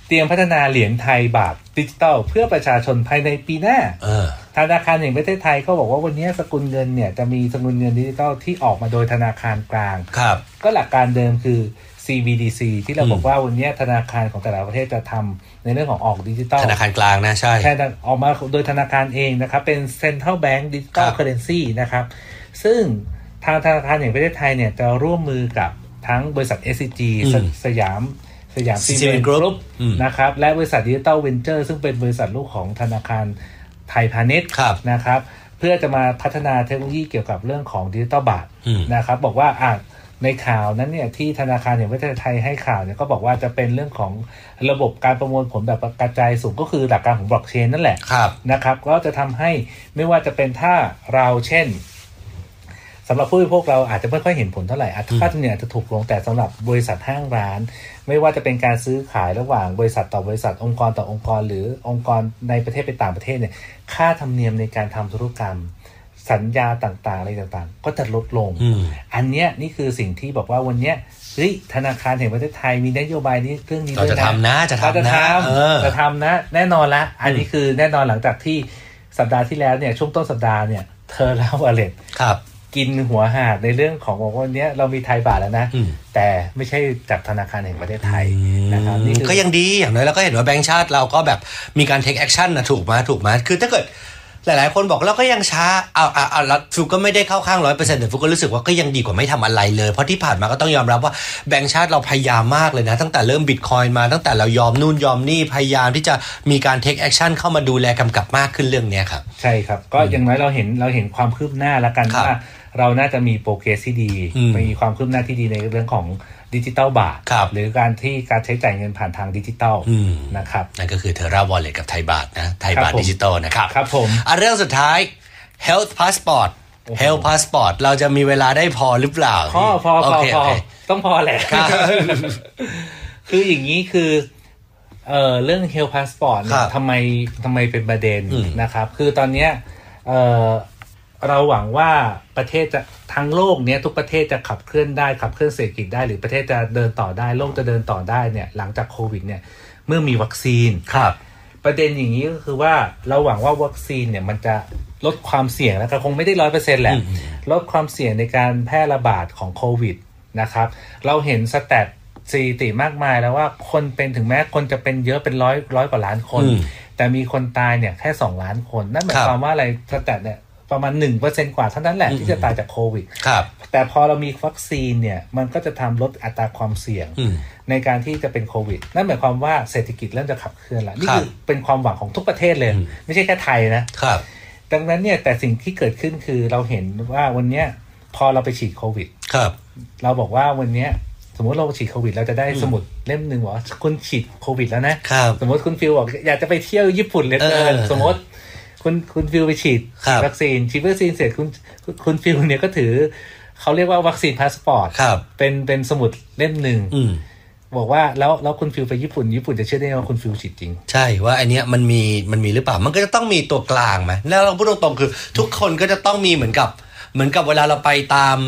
C: เตรียมพัฒนาเหรียญไทยบาทดิจิตอลเพื่อประชาชนภายในปีหน้าธนาคารแห่งประเทศไทยก็บอกว่าวันนี้สกุลเงินเนี่ยจะมีสกุลเงินดิจิตอลที่ออกมาโดยธนาคารกลางก็หลักการเดิมคือ CBDC ที่เราบอกว่าวันนี้ธนาคารของแต่ละประเทศจะทำในเรื่องของออกดิจิตอล
B: ธนาคารกลางนะใช่
C: ออกมาโดยธนาคารเองนะครับเป็น Central Bank Digital Currency นะครับซึ่งทางธนาคารแห่งประเทศไทยเนี่ยจะร่วมมือกับทั้งบริษัท SCG สยามซีเมนต์กรุ๊ปนะครับและบริษัทดิจิตอลเวนเจอร์ซึ่งเป็นบริษัทลูกของธนาคารไทยพาณิชย์นะครับเพื่อจะมาพัฒนาเทคโนโลยีเกี่ยวกับเรื่องของดิจิตอลบาทนะครับบอกว่าในข่าวนั้นเนี่ยที่ธนาคารแห่งประเทศไทยให้ข่าวเนี่ยก็บอกว่าจะเป็นเรื่องของระบบการประมวลผลแบบกระจายสูงก็คือหลักการของบล็อกเชนนั่นแหละนะครับก็จะทำให้ไม่ว่าจะเป็นถ้าเราเช่นสำหรับผู้บริโภคเราอาจจะไม่ค่อยเห็นผลเท่าไหร่ค่าธรรมเนียมจะถูกลงแต่สำหรับบริษัทห้างร้านไม่ว่าจะเป็นการซื้อขายระหว่างบริษัทต่อบริษัทองค์กรต่อองค์กรหรือองค์กรในประเทศไปต่างประเทศเนี่ยค่าธรรมเนียมในการทำธุรกรรมสัญญาต่างๆอะไรต่างๆก็จะลดลงอันเนี้ยนี่คือสิ่งที่บอกว่าวันเนี้ยธนาคารแห่งประเทศไทยมีนโยบายนี้เรื่องนี้ด้วยนะจะทำนะแน่นอนละอันนี้คือแน่นอนหลังจากที่สัปดาห์ที่แล้วเนี่ยช่วงต้นสัปดาห์เนี่ยเทอร์วอลเล็ตกินหัวหาดในเรื่องของวันนี้เรามีไทยบาทแล้วนะแต่ไม่ใช่จากธนาคารแห่งประเทศไทยนะครับนี่
B: ก็ยังดีอย่างน้อยเราก็เห็นว่าแบงก์ชาติเราก็แบบมีการ take action นะถูกไหมคือถ้าเกิดหลายๆคนบอกเราก็ยังช้าแล้วฟิวก็ไม่ได้เข้าข้าง 100% แต่ฟิวก็รู้สึกว่าก็ยังดีกว่าไม่ทำอะไรเลยเพราะที่ผ่านมาก็ต้องยอมรับว่าแบงก์ชาติเราพยายามมากเลยนะตั้งแต่เริ่ม Bitcoin มาตั้งแต่เรายอมนู่นยอมนี่พยายามที่จะมีการ take action เข้ามาดูแลกำกับมากขึ้นเรื่องนี้ครับ
C: ใช่ครับก็อย่างน้อยเราเห็นความคืบหน้าแล้วกันว่าเราน่าจะมีโปรเกรสที่ดีมีความคืบหน้าที่ดีในเรื่องของดิจิตอลบาทหรือการใช้จ่ายเงินผ่านทางดิจิตอลนะครับ
B: นั่นก็คือ Terra Wallet กับไทยบาทนะไทยบาทดิจิตอลนะครับ
C: ครับผม
B: เรื่องสุดท้าย Health Passport Health Passport เราจะมีเวลาได้พอหรือเปล่า
C: พอต้องพอแหละคืออย่างนี้คือเรื่อง Health Passport เนี่ยทำไมเป็นประเด็นนะครับคือตอนเนี้ยเราหวังว่าประเทศจะทั้งโลกเนี้ยทุกประเทศจะขับเคลื่อนเศรษฐกิจได้หรือประเทศจะเดินต่อได้โลกจะเดินต่อได้เนี่ยหลังจากโควิดเนี่ยเมื่อมีวัคซีน
B: ครับ
C: ประเด็นอย่างนี้ก็คือว่าเราหวังว่าวัคซีนเนี่ยมันจะลดความเสี่ยงแล้วก็คงไม่ได้ 100% แหละลดความเสี่ยงในการแพร่ระบาดของโควิดนะครับเราเห็นสแตทสถิติมากมายแล้วว่าคนเป็นถึงแม้คนจะเป็นเยอะเป็นร้อยกว่าล้านคนแต่มีคนตายเนี่ยแค่2ล้านคนนั่นหมายความว่าอะไรสแตทเนี่ยประมาณ 1% กว่าเท่านั้นแหละที่จะตายจากโควิดแต่พอเรามีวัคซีนเนี่ยมันก็จะทำลดอัตราความเสี่ยงในการที่จะเป็นโควิดนั่นหมายความว่าเศรษฐกิจเริ่มจะขับเคลื่อนแล้วนี่คือเป็นความหวังของทุกประเทศเลยไม่ใช่แค่ไทยนะดังนั้นเนี่ยแต่สิ่งที่เกิดขึ้นคือเราเห็นว่าวันนี้พอเราไปฉีดโควิดเราบอกว่าวันนี้สมมติเราฉีดโควิดเราจะได้สมุดเล่มนึงว่าคุณฉีดโควิดแล้วนะสมมติคุณฟิลบอกอยากจะไปเที่ยวญี่ปุ่นเลยสมมติคุณฟิลไปฉีดวัคซีนเสร็จคุณฟิลเนี่ยก็ถือเขาเรียกว่าวัคซีนพาสปอร์ตเป็นสมุดเล่มหนึ่งบอกว่าแล้วคุณฟิลไปญี่ปุ่นจะเชื่อได้ว่าคุณฟิลฉีดจริง
B: ใช่ว่าอันเนี้ยมันมีหรือเปล่ามันก็จะต้องมีตัวกลางไหมแล้วเราพูดตรงๆคือทุกคนก็จะต้องมีเหมือนกับเวลาเราไปตาม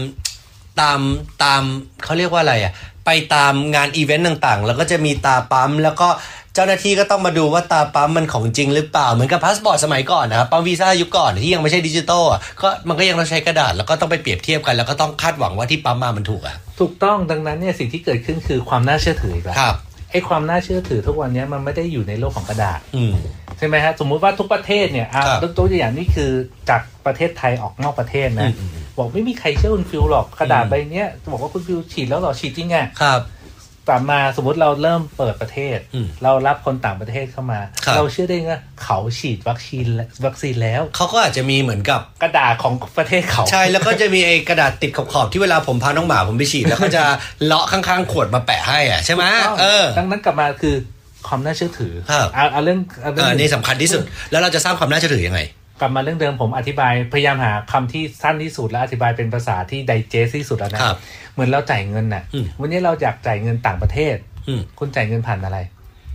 B: เขาเรียกว่าอะไรอ่ะไปตามงานอีเวนต์ต่างๆแล้วก็จะมีตาปั๊มแล้วก็เจ้าหน้าที่ก็ต้องมาดูว่าตาปั๊มมันของจริงหรือเปล่าเหมือนกับพาสปอร์ตสมัยก่อนนะครับปั๊มวีซ่ายุคก่อนที่ยังไม่ใช่ดิจิตอลอ่ะก็มันก็ยังต้องใช้กระดาษแล้วก็ต้องไปเปรียบเทียบกันแล้วก็ต้องคาดหวังว่าที่ปั๊มมามันถูกอ่ะ
C: ถูกต้องดังนั้นเนี่ยสิ่งที่เกิดขึ้นคือความน่าเชื่อถือครับไอ้ความน่าเชื่อถือทุกวันนี้มันไม่ได้อยู่ในโลกของกระดาษใช่ไหมฮะสมมุติว่าทุกประเทศเนี่ยตัวอย่างนี้คือจากประเทศไทยออกนอกประเทศนะบอกไม่มีใครเชื่อคุณฟิลหรอกกระดาษใบนี้บอกว่าคุณฟิลฉีดแล้วหรอฉีดจริงไงกลับมาสมมติเราเริ่มเปิดประเทศเรารับคนต่างประเทศเข้ามาเราเชื่อได้ไงเขาฉีดวัคซีนแล้ว
B: เขาก็อาจจะมีเหมือนกับ
C: กระดาษของประเทศเขา
B: ใช่แล้วก็จะมีไอ้กระดาษติดขอบๆที่เวลาผมพาน้องหมาผมไปฉีดแล้วก็จะเลาะข้างๆขวดมาแปะให้อ่ะใช่ไหม
C: ดังนั้นกลับมาคือความน่าเชื่อถือเอาเรื่อง
B: นี่สำคัญที่สุดแล้วเราจะสร้างความน่าเชื่อถือยังไง
C: กลับมาเรื่องเดิมผมอธิบายพยายามหาคำที่สั้นที่สุดและอธิบายเป็นภาษาที่ไดเจสที่สุดแล้วนะเหมือนเราจ่ายเงินน่ะวันนี้เราอยากจ่ายเงินต่างประเทศคุณจ่ายเงินผ่านอะไร
B: ค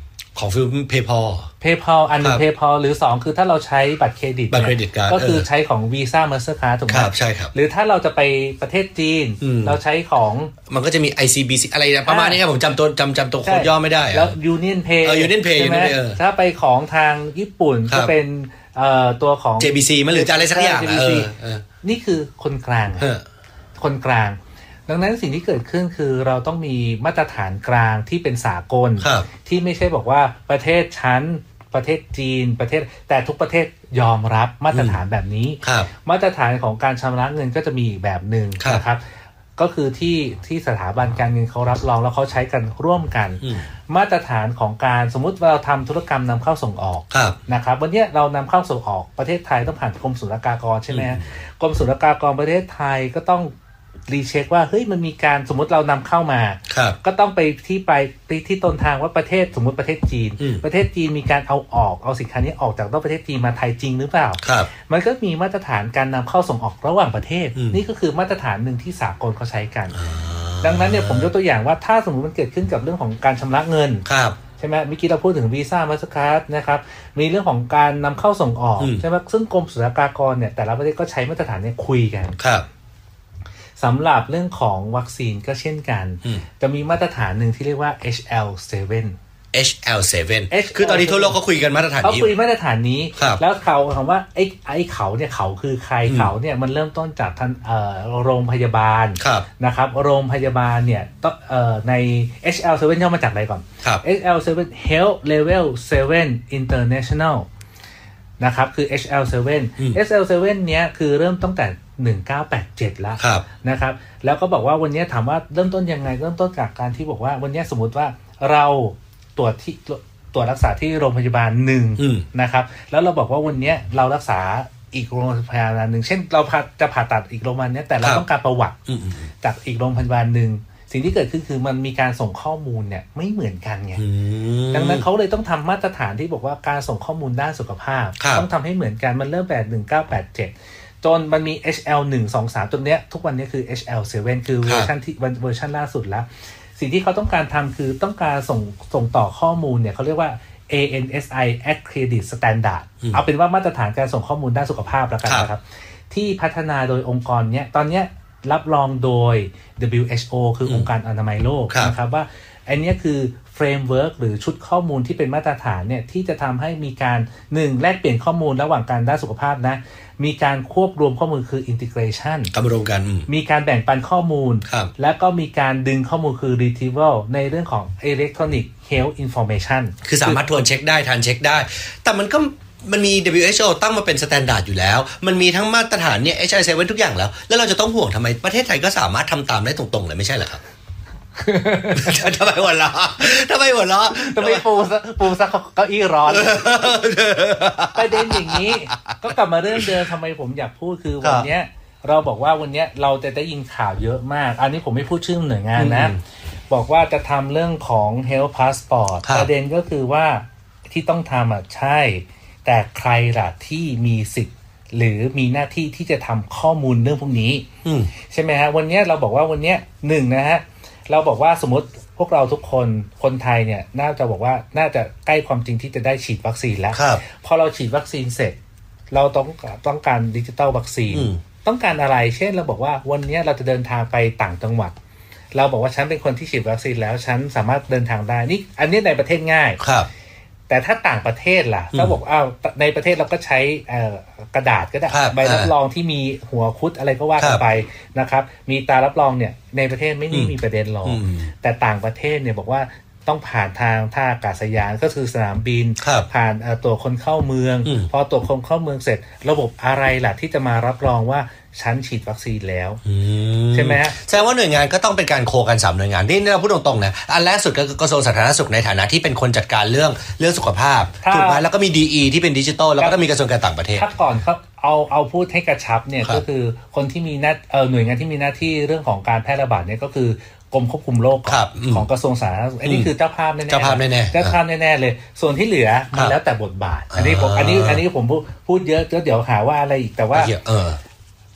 B: ของฟิล PayPal
C: อันนึง PayPal หรือ2คือถ้าเราใช้บัตรเครดิตก็คือใช้ของ Visa Mastercard ถูกมั้ย
B: ครับใช่ครับ
C: หรือถ้าเราจะไปประเทศจีนเราใช้ของ
B: มันก็จะมี ICBC อะไรประมาณนี้ครับผมจำตัวโค้ดย่อไม่ได้
C: แล้ว Union Pay
B: Union Pay
C: ถ้าไปของทางญี่ปุ่นก็เป็นตัวของ
B: JBC มันหรืออะไรสักอย่าง
C: นี่คือคนกลางดังนั้นสิ่งที่เกิดขึ้นคือเราต้องมีมาตรฐานกลางที่เป็นสากลที่ไม่ใช่บอกว่าประเทศชั้นประเทศจีนประเทศแต่ทุกประเทศยอมรับมาตรฐานแบบนี้มาตรฐานของการชำระเงินก็จะมีอีกแบบหนึ่งนะครับก็คือที่สถาบันการเงินเขารับรองแล้วเขาใช้กันร่วมกันมาตรฐานของการสมมุติเราทำธุรกรรมนำเข้าส่งออกนะครับวันนี้เรานำเข้าส่งออกประเทศไทยต้องผ่านกรมศุลกากรใช่ไหมกรมศุลกากรประเทศไทยก็ต้องรีเช็คว่าเฮ้ยมันมีการสมมติเรานำเข้ามาก็ต้องไปที่ต้นทางว่าประเทศสมมติประเทศจีนมีการเอาสินค้านี้ออกจากนอกประเทศจีนมาไทยจริงหรือเปล่ามันก็มีมาตรฐานการนำเข้าส่งออกระหว่างประเทศนี่ก็คือมาตรฐานหนึ่งที่สากลเขาใช้กันดังนั้นเนี่ยผมยกตัวอย่างว่าถ้าสมมติมันเกิดขึ้นกับเรื่องของการชำระเงินใช่ไหมเมื่อกี้เราพูดถึง Visa Mastercard นะครับมีเรื่องของการนำเข้าส่งออกใช่ไหมซึ่งกรมศุลกากรเนี่ยแต่ละประเทศก็ใช้มาตรฐานนี้คุยกันสำหรับเรื่องของวัคซีนก็เช่นกันจะมีมาตรฐานหนึ่งที่เรียกว่า HL7
B: คือตอนนี้ทั่วโลกก็คุยกันมาตรฐานนี้
C: เขาคุยมาตรฐานนี้แล้วเขาคำว่าไอ้เขาเนี่ยเขาคือใครเขาเนี่ยมันเริ่มต้นจากโรงพยาบาลนะครับโรงพยาบาลเนี่ยใน HL7 ย่อมาจากอะไรก่อน HL7 Health Level 7 International นะครับคือ HL7 เนี้ยคือเริ่มตั้งแต่1987แล้วนะครับแล้วก็บอกว่าวันนี้ถามว่าเริ่มต้นยังไงเริ่มต้นจากการที่บอกว่าวันนี้สมมุติว่าเราตรวจรักษาที่โรงพยาบาล1นะครับแล้วเราบอกว่าวันนี้เรารักษาอีกโรงพยาบาลนึงเช่นเราจะผ่าตัดอีกโรงพยาบาลนี้แต่เราต้องการประวัติจากอีกโรงพยาบาลนึงสิ่งที่เกิดขึ้นคือมันมีการส่งข้อมูลเนี่ยไม่เหมือนกันไงดังนั้นเขาเลยต้องทำมาตรฐานที่บอกว่าการส่งข้อมูลด้านสุขภาพต้องทำให้เหมือนกันมันเริ่มแต่1987จนมันมี HL123 จนเนี้ยทุกวันนี้คือ HL7 คือเวอร์ชันล่าสุดแล้วสิ่งที่เขาต้องการทำคือต้องการส่งต่อข้อมูลเนี่ยเขาเรียกว่า ANSI Accredited Standard เอาเป็นว่ามาตรฐานการส่งข้อมูลด้านสุขภาพแล้วกันนะครับที่พัฒนาโดยองค์กรเนี้ยตอนเนี้ยรับรองโดย WHO คือองค์การอนามัยโลกนะครับว่าอันนี้คือเฟรมเวิร์กหรือชุดข้อมูลที่เป็นมาตรฐานเนี่ยที่จะทำให้มีการ1แลกเปลี่ยนข้อมูลระหว่างการด้านสุขภาพนะมีการควบรวมข้อมูลคือ integration
B: รวมกัน
C: มีการแบ่งปันข้อมูลและก็มีการดึงข้อมูลคือ retrieval ในเรื่องของ electronic health information
B: คือสามารถทวนเช็คได้ทันเช็คได้แต่มันมี WHO ตั้งมาเป็นสแตนดาร์ดอยู่แล้วมันมีทั้งมาตรฐานเนี่ย HL7 ทุกอย่างแล้วเราจะต้องห่วงทำไมประเทศไทยก็สามารถทำตามได้ตรงๆเลยไม่ใช่เหรอครับ ทำไมหัวเราะทำไม
C: ปูซะเก้าอี้ร้อนประเด็นอย่างนี้ก็กลับมาเรื่องเดิมทำไมผมอยากพูดคือวันนี้เราบอกว่าวันนี้เราจะได้ยินข่าวเยอะมากอันนี้ผมไม่พูดชื่อหน่วยงานนะบอกว่าจะทำเรื่องของ Health Passport ประเด็นก็คือว่าที่ต้องทำใช่แต่ใครล่ะที่มีสิทธิ์หรือมีหน้าที่ที่จะทำข้อมูลเรื่องพวกนี้ใช่ไหมฮะวันนี้เราบอกว่าวันนี้นะฮะเราบอกว่าสมมติพวกเราทุกคนไทยเนี่ยน่าจะบอกว่าน่าจะใกล้ความจริงที่จะได้ฉีดวัคซีนแล้วพอเราฉีดวัคซีนเสร็จเราต้องการดิจิตอลวัคซีนต้องการอะไรเช่นเราบอกว่าวันนี้เราจะเดินทางไปต่างจังหวัดเราบอกว่าฉันเป็นคนที่ฉีดวัคซีนแล้วฉันสามารถเดินทางได้นี่อันนี้ในประเทศง่ายแต่ถ้าต่างประเทศล่ะก็บอกในประเทศเราก็ใช้กระดาษก็ได้ใบรับรองที่มีหัวคุดอะไรก็ว่ากันไปนะครับมีตารับรองเนี่ยในประเทศไม่ได้มีประเด็นหรอกแต่ต่างประเทศเนี่ยบอกว่าต้องผ่านทางท่าอากาศยานก็คือสนามบินผ่านตัวคนเข้าเมืองพอตัวคนเข้าเมืองเสร็จระบบอะไรล่ะที่จะมารับรองว่าฉันฉีดวัคซีนแล้วใช่ไหมฮะ
B: แสดงว่าหน่วยงานก็ต้องเป็นการโคกัน3หน่วยงานที่เราพูดตรงๆนะอันแรกสุดก็กระทรวงสาธารณสุขในฐานะที่เป็นคนจัดการเรื่องสุขภาพถูกไหมแล้วก็มี DE ที่เป็นดิจิทัลแล้วก็มีกระทรวงการต่างประเทศ
C: ถ้าก่อนเขาเอาพูดให้กระชับเนี่ยก็คือคนที่มีหน่วยงานที่มีหน้าที่เรื่องของการแพร่ระบาดเนี่ยก็คือกรมควบคุมโรคของกระทรวงสาธารณสุขอันนี้คือเจ้าภาพแน่ๆเจ้าภาพแน่ๆเลยส่วนที่เหลือมันแล้วแต่บทบาทอันนี้ผมพูดเยอะเดี๋ยวหาว่าอะไรอีกแต่ว่า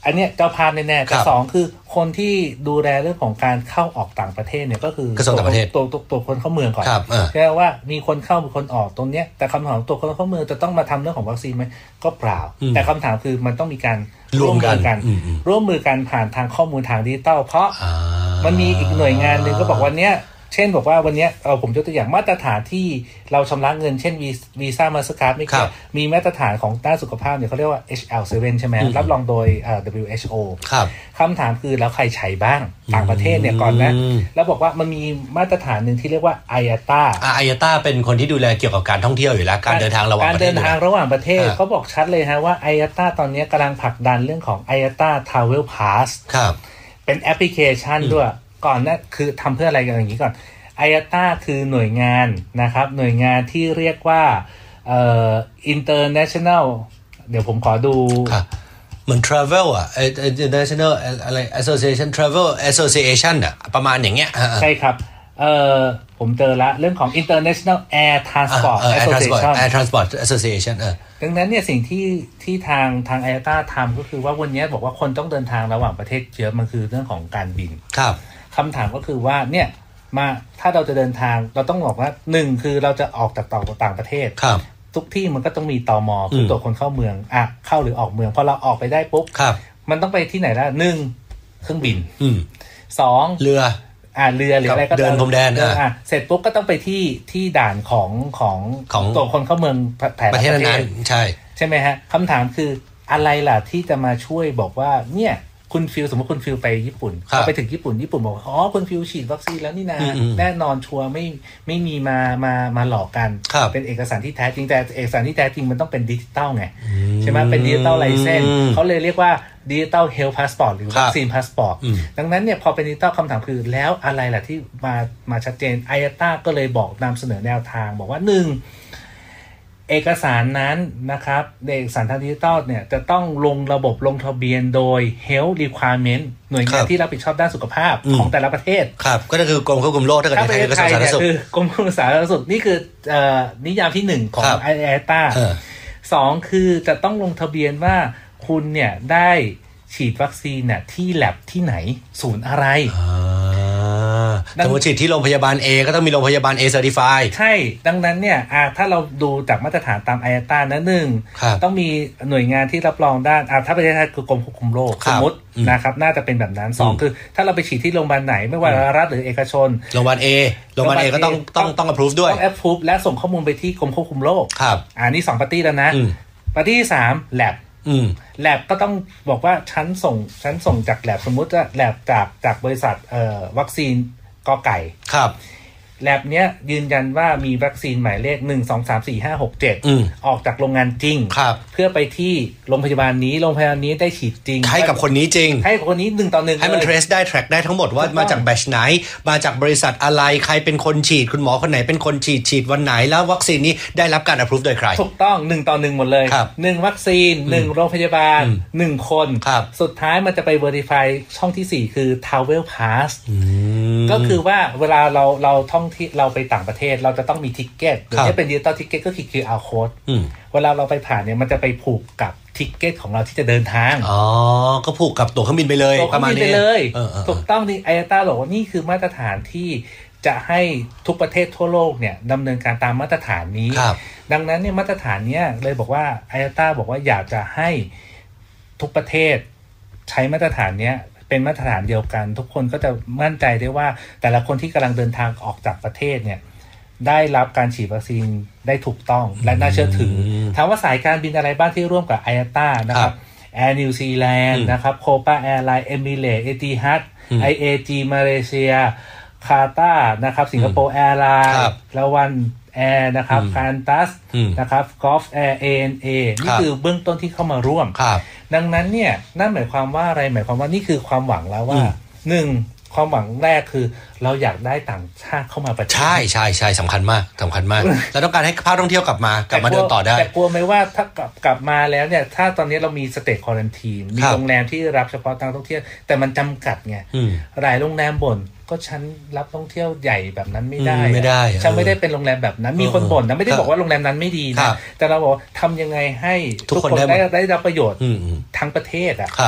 C: อันเนี้ยเจ้าภาพแน่ๆแต่2คือคนที่ดูแลเรื่องของการเข้าออกต่างประเทศเนี่ยก็คือก
B: ระทรวงต่างประเทศ
C: ตัวคนเข้าเมืองก่อนแค่ว่ามีคนเข้ามีคนออกตรงเนี้ยแต่คำถามตัวคนเข้าเมืองจะต้องมาทำเรื่องของวัคซีนไหมก็เปล่าแต่คำถามคือมันต้องมีการร่วมมือกันผ่านทางข้อมูลทางดิจิตอลเพราะมันมีอีกหน่วยงานนึงก็บอกวันเนี้ยเช่นบอกว่าวันนี้ผมยกตัวอย่างมาตรฐานที่เราชำระเงินเช่นวีซ่ามาสเตอร์การ์ดไม่เกี่ยวมีมาตรฐานของด้านสุขภาพเนี่ยเขาเรียกว่า HL7 ใช่ไหมรับรองโดยWHO คำถามคือแล้วใครใช้บ้างต่างประเทศเนี่ยก่อนนะแล้วบอกว่ามันมีมาตรฐานหนึ่งที่เรียกว่า IATA
B: IATA เป็นคนที่ดูแลเกี่ยวกับการท่องเที่ยวอยู่แล้วการเดินทางระหว่างประเทศ
C: การเดินทางระหว่างประเทศเขาบอกชัดเลยฮะว่า IATA ตอนนี้กำลังผลักดันเรื่องของ IATA Travel Pass เป็นแอปพลิเคชันด้วยก่อนนะคือทำเพื่ออะไรกันอย่างนี้ก่อนIATA คือหน่วยงานนะครับหน่วยงานที่เรียกว่าinternational เดี๋ยวผมขอดู
B: เหมือน travel อ่ะ international อะไร association travel association อ่ะประมาณอย่างเงี้ย
C: ใช่ครับผมเจอละเรื่องของ international air transport association
B: air transport association
C: ดังนั้นเนี่ยสิ่งที่ทาง IATA ทำก็คือว่าวันนี้บอกว่าคนต้องเดินทางระหว่างประเทศเยอะมันคือเรื่องของการบิน
B: ครับ
C: คำถามก็คือว่าเนี่ยมาถ้าเราจะเดินทางเราต้องบอกว่า1คือเราจะออกจากต่างประเทศทุกที่มันก็ต้องมีตม.คือตัวคนเข้าเมืองเข้าหรือออกเมืองพอเราออกไปได้ปุ๊บมันต้องไปที่ไหนล่ะ1เครื่องบิน2
B: เรือ
C: หรืออะไรก็
B: เดินพรมแดน
C: เสร็จปุ๊บก็ต้องไปที่ด่านของตัวคนเข้าเมือง
B: ประเทศนั้น
C: ใช่ไหมฮะคำถามคืออะไรล่ะที่จะมาช่วยบอกว่าเนี่ยคุณฟิลสมมติคุณฟิลไปญี่ปุ่นพอไปถึงญี่ปุ่นบอกอ๋อคุณฟิลฉีดวัคซีนแล้วนี่นะแน่นอนชัวร์ไม่มีมาหลอกกันเป็นเอกสารที่แท้จริงแต่เอกสารที่แท้จริงมันต้องเป็นดิจิตอลไงใช่ไหมเป็นดิจิตอลไลเซนส์เขาเลยเรียกว่าดิจิตอลเฮลท์พาสปอร์ตหรือวัคซีนพาสปอร์ตดังนั้นเนี่ยพอเป็นดิจิตอลคำถามคือแล้วอะไรล่ะที่มาชัดเจนIATAก็เลยบอกนำเสนอแนวทางบอกว่า1เอกสารนั้นนะครับเอกสารทางดิจิตอลเนี่ยจะต้องลงระบบลงทะเบียนโดย Health Requirement หน่วยงานที่รับผิดชอบด้านสุขภาพของแต่ละประเทศ
B: ครับก็คือกรมควบคุมโรคถ้าเกิดใน
C: ประเทศไทยเนี่ยคือกรมควบคุมสาธารณสุขนี่คือนิยามที่1ของ IATA 2คือจะต้องลงทะเบียนว่าคุณเนี่ยได้ฉีดวัคซีนเนี่ยที่แลบที่ไหนศูนย์อะไร
B: สมมติฉีดที่โรงพยาบาล A ก็ต้องมีโรงพยาบาล A Certify
C: ใช่ดังนั้นเนี่ยถ้าเราดูจากมาตรฐานตาม IATA นะต้องมีหน่วยงานที่รับรองด้านถ้าประเทศไทยคือกรมควบคุมโรคสมมตินะครับน่าจะเป็นแบบนั้น2คือถ้าเราไปฉีดที่โรงพยาบาลไหนไม่ว่ารัฐหรือเอกชน
B: โรงพยาบาล A ก็ต้อง approve ด้วย
C: ต้อง approve และส่งข้อมูลไปที่กรมควบคุมโรคนี่2ปาร์ตี้แล้วนะปาร์ตี้ที่3 lab lab ก็ต้องบอกว่าฉันส่งจาก lab สมมุติว่า lab จากบริษัทวัคซีนกอไก่
B: ครับ
C: แลบเนี้ยยืนยันว่ามีวัคซีนหมายเลข1 2 3 4 5 6 7ออกจากโรงงานจริงเพื่อไปที่โรงพยาบาลนี้โรงพยาบาลนี้ได้ฉีดจริง
B: ให้กับคนนี้จริง
C: ให้คนนี้1 ต่อ 1
B: ให้มัน trace ได้ track ได้ทั้งหมดว่ามาจากแบตช์ไหนมาจากบริษัทอะไรใครเป็นคนฉีดคุณหมอคนไหนเป็นคนฉีดวันไหนแล้ววัคซีนนี้ได้รับการ approve โดยใคร
C: ถูกต้อง1 ต่อ 1หมดเลย1วัคซีน1โรงพยาบาล1คนสุดท้ายมันจะไป verify ช่องที่4คือ Travel Pass ก็คือว่าเวลาเราท่องที่เราไปต่างประเทศเราจะต้องมีทิกเก็ตหรือที่เป็นดิจิตอลทิกเก็ตก็คือ QR code เวลาเราไปผ่านเนี่ยมันจะไปผูกกับทิกเก็ตของเราที่จะเดินทาง
B: ก็ผูกกับตั๋วเครื่องบินไปเลย
C: ประมาณนี้ไปเลยถูกต้องนี่IATAบอกว่านี่คือมาตรฐานที่จะให้ทุกประเทศทั่วโลกเนี่ยดำเนินการตามมาตรฐานนี้ดังนั้นเนี่ยมาตรฐานเนี้ยเลยบอกว่าIATAบอกว่าอยากจะให้ทุกประเทศใช้มาตรฐานเนี้ยเป็นมาตรฐานเดียวกันทุกคนก็จะมั่นใจได้ว่าแต่ละคนที่กำลังเดินทางออกจากประเทศเนี่ยได้รับการฉีดวัคซีนได้ถูกต้องและน่าเชื่อถือถามว่าสายการบินอะไรบ้างที่ร่วมกับ IATA นะครับ Air New Zealand นะครับ Copa Airlines Emirates Etihad IAG มาเลเซีย Qatar นะครับสิงคโปร์ Airlines ละวันแอร์นะครับคานตัสนะครับกอล์ฟแอร์ ANA นี่คือเบื้องต้นที่เข้ามาร่วมดังนั้นเนี่ยนั่นหมายความว่าอะไรหมายความว่านี่คือความหวังแล้วว่า1ความหวังแรกคือเราอยากได้ต่างชาติเข้ามาประเทศ
B: ใช่สำคัญมากเราต้องการให้ภาคท่องเที่ยวกลับมาเดินต่อได้
C: แต่กลัวไหมว่าถ้ากลับมาแล้วเนี่ยถ้าตอนนี้เรามีสเตทควอรันทีนมีโรงแรมที่รับเฉพาะนักท่องเที่ยวแต่มันจำกัดไงหลายโรงแรมบ่นก็ฉันรับท่องเที่ยวใหญ่แบบนั้นไม่ได้ฉันไม่ได้เป็นโรงแรมแบบนั้นมีคนบ่นนะไม่ได้บอกว่าโรงแรมนั้นไม่ดีนะแต่เราบอกทำยังไงให้ทุกคนได้รับประโยชน์ทั้งประเทศอ่ะ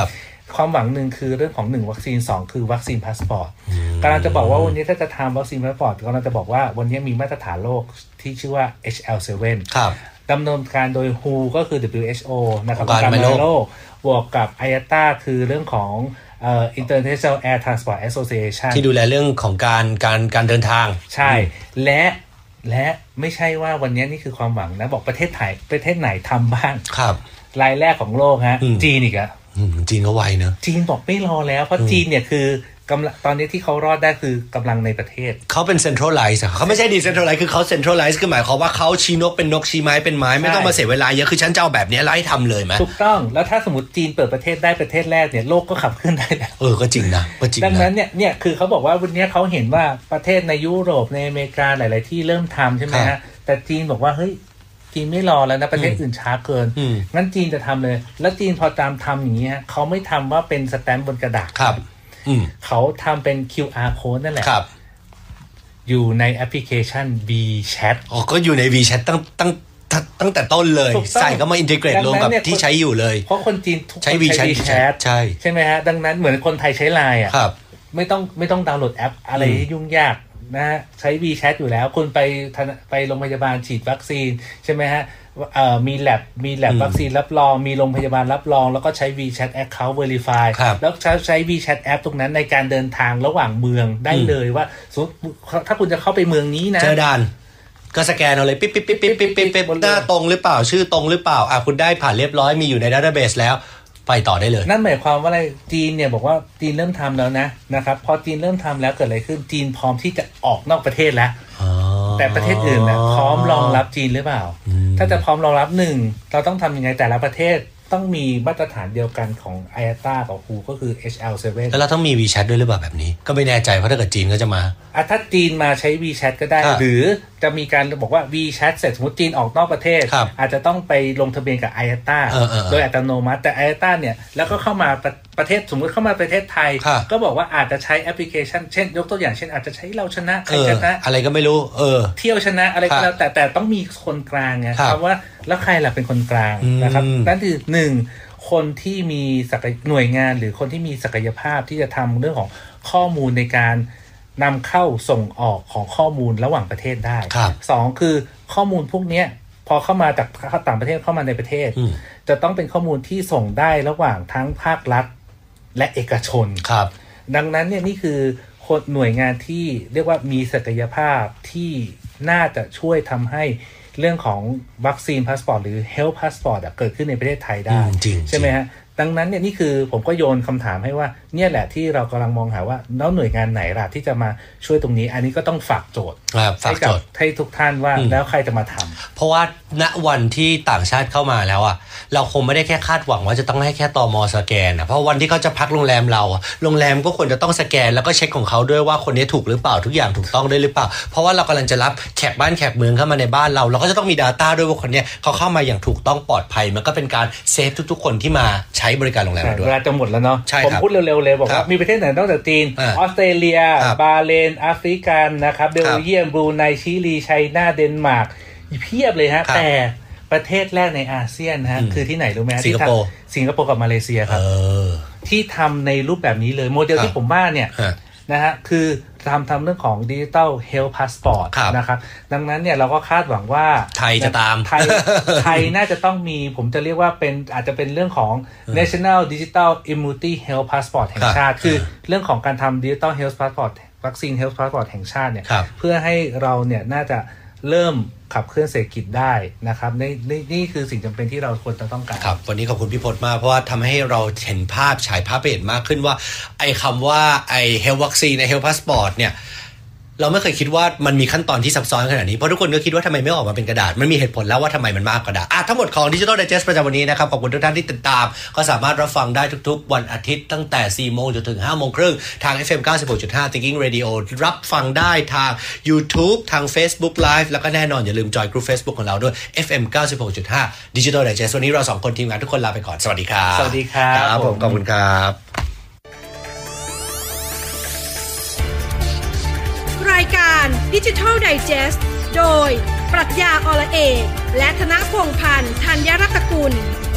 C: ความหวังหนึ่งคือเรื่องของ1วัคซีน2คือวัคซีนพาสปอร์ตกำลังจะบอกว่าวันนี้ถ้าจะทำวัคซีนพาสปอร์ตกำลังจะบอกว่าวันนี้มีมาตรฐานโลกที่ชื่อว่า HL7
B: ครับ
C: ดำเนินการโดย WHO ก็คือ WHO นะครับองค์การอนามัยโลกบวกกับ IATA คือเรื่องของInternational Air Transport Association
B: ที่ดูแลเรื่องของการเดินทาง
C: ใช่และไม่ใช่ว่าวันนี้นี่คือความหวังนะบอกประเทศไหนทำบ้าง
B: ครับ
C: รายแรกของโลกฮะจีนอีกอะ
B: จีนก็ไวเนอะ
C: จีนบอกไม่รอแล้วเพราะจีนเนี่ยคือกำลังตอนนี้ที่เขารอดได้คือกำลังในประเทศ
B: เขาเป็น centralize เขาไม่ใช่ decentralize คือเขา centralize คือหมายความว่าเขาชี้นกเป็นนกชี้ไม้เป็นไม้ไม่ต้องมาเสียเวลาเยอะคือฉันจะเอาแบบนี้แล้วให้ทำเลยไหม
C: ถูกต้องแล้วถ้าสมมติจีนเปิดประเทศได้ประเทศแรกเนี่ยโลกก็ขับเคลื่อนได้แล้ว
B: ก็จริงนะก็จริงนะ
C: ดังนั้นเนี่ยคือเขาบอกว่าวันนี้เขาเห็นว่าประเทศในยุโรปในอเมริกาหลายๆที่เริ่มทำใช่ไหมฮะแต่จีนบอกว่าเฮ้ยจีนไม่รอแล้วนะประเทศอื่นช้าเกินงั้นจีนจะทำเลยแล้วจีนพอตามทำอย่างนี้ฮะเขาไม่ทำว่าเป็นสแตมป์บนกระดาษเขาทำเป็น QR code นั่นแหละอยู่ในแอปพลิเคชัน WeChat
B: ก็อยู่ใน WeChat ตั้งแต่ต้นเลยใส่ก็มาอินทิเกรตรวมกับที่ใช้อยู่เลย
C: เพราะคนจีนทุกคน
B: ใช้ WeChat
C: ใช่ไหมฮะดังนั้นเหมือนคนไทยใช้ LINE อ่ะไม่ต้องดาวน์โหลดแอปอะไรยุ่งยากนะฮะใช้ WeChat อยู่แล้วคุณไปโรงพยาบาลฉีดวัคซีนใช่ไหมฮะมีแลบวัคซีนรับรองมีโรงพยาบาลรับรองแล้วก็ใช้ WeChat Account Verify แล้วใช้ WeChat App ตรงนั้นในการเดินทางระหว่างเมืองได้เลยว่าถ้าคุณจะเข้าไปเมืองนี้นะ
B: เจอด่านก็สแกนเอาเลยปิ๊บหน้าตรงหรือเปล่าชื่อตรงหรือเปล่าคุณได้ผ่านเรียบร้อยมีอยู่ใน database แล้วไปต่อได้เลย
C: นั่นหมายความว่าอะไรจีนเนี่ยบอกว่าจีนเริ่มทำแล้วนะครับพอจีนเริ่มทำแล้วเกิดอะไรขึ้นจีนพร้อมที่จะออกนอกประเทศแล้วแต่ประเทศอื่นนะพร้อมรองรับจีนหรือเปล่าถ้าจะพร้อมรองรับเราต้องทำยังไงแต่ละประเทศต้องมีมาตรฐานเดียวกันของ IATA กับ WHO ก็คือ HL7
B: แล้วเราต้องมี WeChat ด้วยหรือเปล่าแบบนี้ก็ไม่แน่ใจเพราะถ้าเกิดจีนก็จะมา
C: ถ้าจีนมาใช้ WeChat ก็ได้หรือจะมีการบอกว่า WeChat เสร็จสมมติจีนออกนอกประเทศอาจจะต้องไปลงทะเบียนกับ IATA โดยอัตโนมัติแต่ IATA เนี่ยแล้วก็เข้ามาประเทศสมมติเข้ามาประเทศไทยก็บอกว่าอาจจะใช้แอปพลิเคชันเช่นยกตัวอย่างเช่นอาจจะใช้เราชนะใครชนะ
B: อะไรก็ไม่รู้
C: เที่ยวชนะอะไรก็แล้วแต่ต้องมีคนกลางไงคำว่าแล้วใครล่ะเป็นคนกลางนะครับนั่นคือ1คนที่มีหน่วยงานหรือคนที่มีศักยภาพที่จะทำเรื่องของข้อมูลในการนำเข้าส่งออกของข้อมูลระหว่างประเทศได้2คือข้อมูลพวกนี้พอเข้ามาจากต่างประเทศเข้ามาในประเทศจะต้องเป็นข้อมูลที่ส่งได้ระหว่างทั้งภาครัฐและเอกชนดังนั้นเนี่ยนี่คือหน่วยงานที่เรียกว่ามีศักยภาพที่น่าจะช่วยทำให้เรื่องของวัคซีนพาสปอร์ตหรือ Health Passport เกิดขึ้นในประเทศไทยได้ใช่ไหมฮะดังนั้นเนี่ยนี่คือผมก็โยนคำถามให้ว่าเนี่ยแหละที่เรากำลังมองหาว่าแล้วหน่วยงานไหนล่ะที่จะมาช่วยตรงนี้อันนี้ก็ต้องฝากโจทย์ให้ทุกท่านว่าแล้วใครจะมาทำ
B: เพราะว่าณวันที่ต่างชาติเข้ามาแล้วเราคงไม่ได้แค่คาดหวังว่าจะต้องให้แค่ตม.สแกนเพราะวันที่เขาจะพักโรงแรมเราโรงแรมก็ควรจะต้องสแกนแล้วก็เช็คของเขาด้วยว่าคนนี้ถูกหรือเปล่าทุกอย่างถูกต้องได้หรือเปล่าเพราะว่าเรากำลังจะรับแขกบ้านแขกเมืองเข้ามาในบ้านเราก็จะต้องมี data ด้วยว่าคนนี้เขาเข้ามาอย่างถูกต้องปลอดภัยมันก็เป็นการเซฟทุกๆคนที่มาใช้บริการโรงแรมด้วย
C: เวลาจะหมดแล้วเนาะผมพูดเร็วๆเลยบอกว่ามีประเทศไหนนอกจากจีนออสเตรเลียบาเลนแอฟริกันนะครับเบลเยียมบรูไนชิลีไชน่าเดนมาร์กเพียบเลยฮะแต่ประเทศแรกในอาเซียนนะฮะคือที่ไหนรู้ไหม
B: สิงคโป
C: ร์กับมาเลเซียครับที่ทำในรูปแบบนี้เลยโมเดลที่ผมว่าเนี่ยนะฮะคือทำเรื่องของ Digital Health Passport นะครับดังนั้นเนี่ยเราก็คาดหวังว่า
B: ไทยจะตาม
C: ไทยน่าจะต้องมีผมจะเรียกว่าเป็นอาจจะเป็นเรื่องของ National Digital Immunity Health Passport แห่งชาติคือเรื่องของการทำ Digital Health Passport วัคซีน Health Passport แห่งชาติเนี่ยเพื่อให้เราเนี่ยน่าจะเริ่มขับเคลื่อนเศรษฐกิจได้นะครับนี่คือสิ่งจำเป็นที่เราควรจะต้องการ
B: ครับวันนี้ขอบคุณพี่พจน์มากเพราะว่าทำให้เราเห็นภาพฉายภาพเห็นมากขึ้นว่าไอ้คำว่าไอ้ Health Vaccine ใน Health Passport เนี่ยเราไม่เคยคิดว่ามันมีขั้นตอนที่ซับซ้อนขนาดนี้เพราะทุกคนก็คิดว่าทำไมไม่ออกมาเป็นกระดาษมันมีเหตุผลแล้วว่าทำไมมันมากกระดาษทั้งหมดของ Digital Digest ประจำวันนี้นะครับขอบคุณทุกท่านที่ติดตามก็สามารถรับฟังได้ทุกๆวันอาทิตย์ตั้งแต่ 4 โมงจนถึง 5 โมงครึ่งทาง FM 96.5 Thinking Radio รับฟังได้ทาง YouTube ทาง Facebook Live แล้วก็แน่นอนอย่าลืมจอยกลุ่ม Facebook ของเราด้วย FM 96.5 Digital Digest วันนี้เรา2คนทีมงานทุกคนลาไปก่อนสวัสดีครับ
C: สวัสดีครับ
B: ผมขอบคุณครับ
A: รายการ Digital Digest โดยปรัชญาอรเอกและธนพงษ์พันธ์ธัญรัตนกุล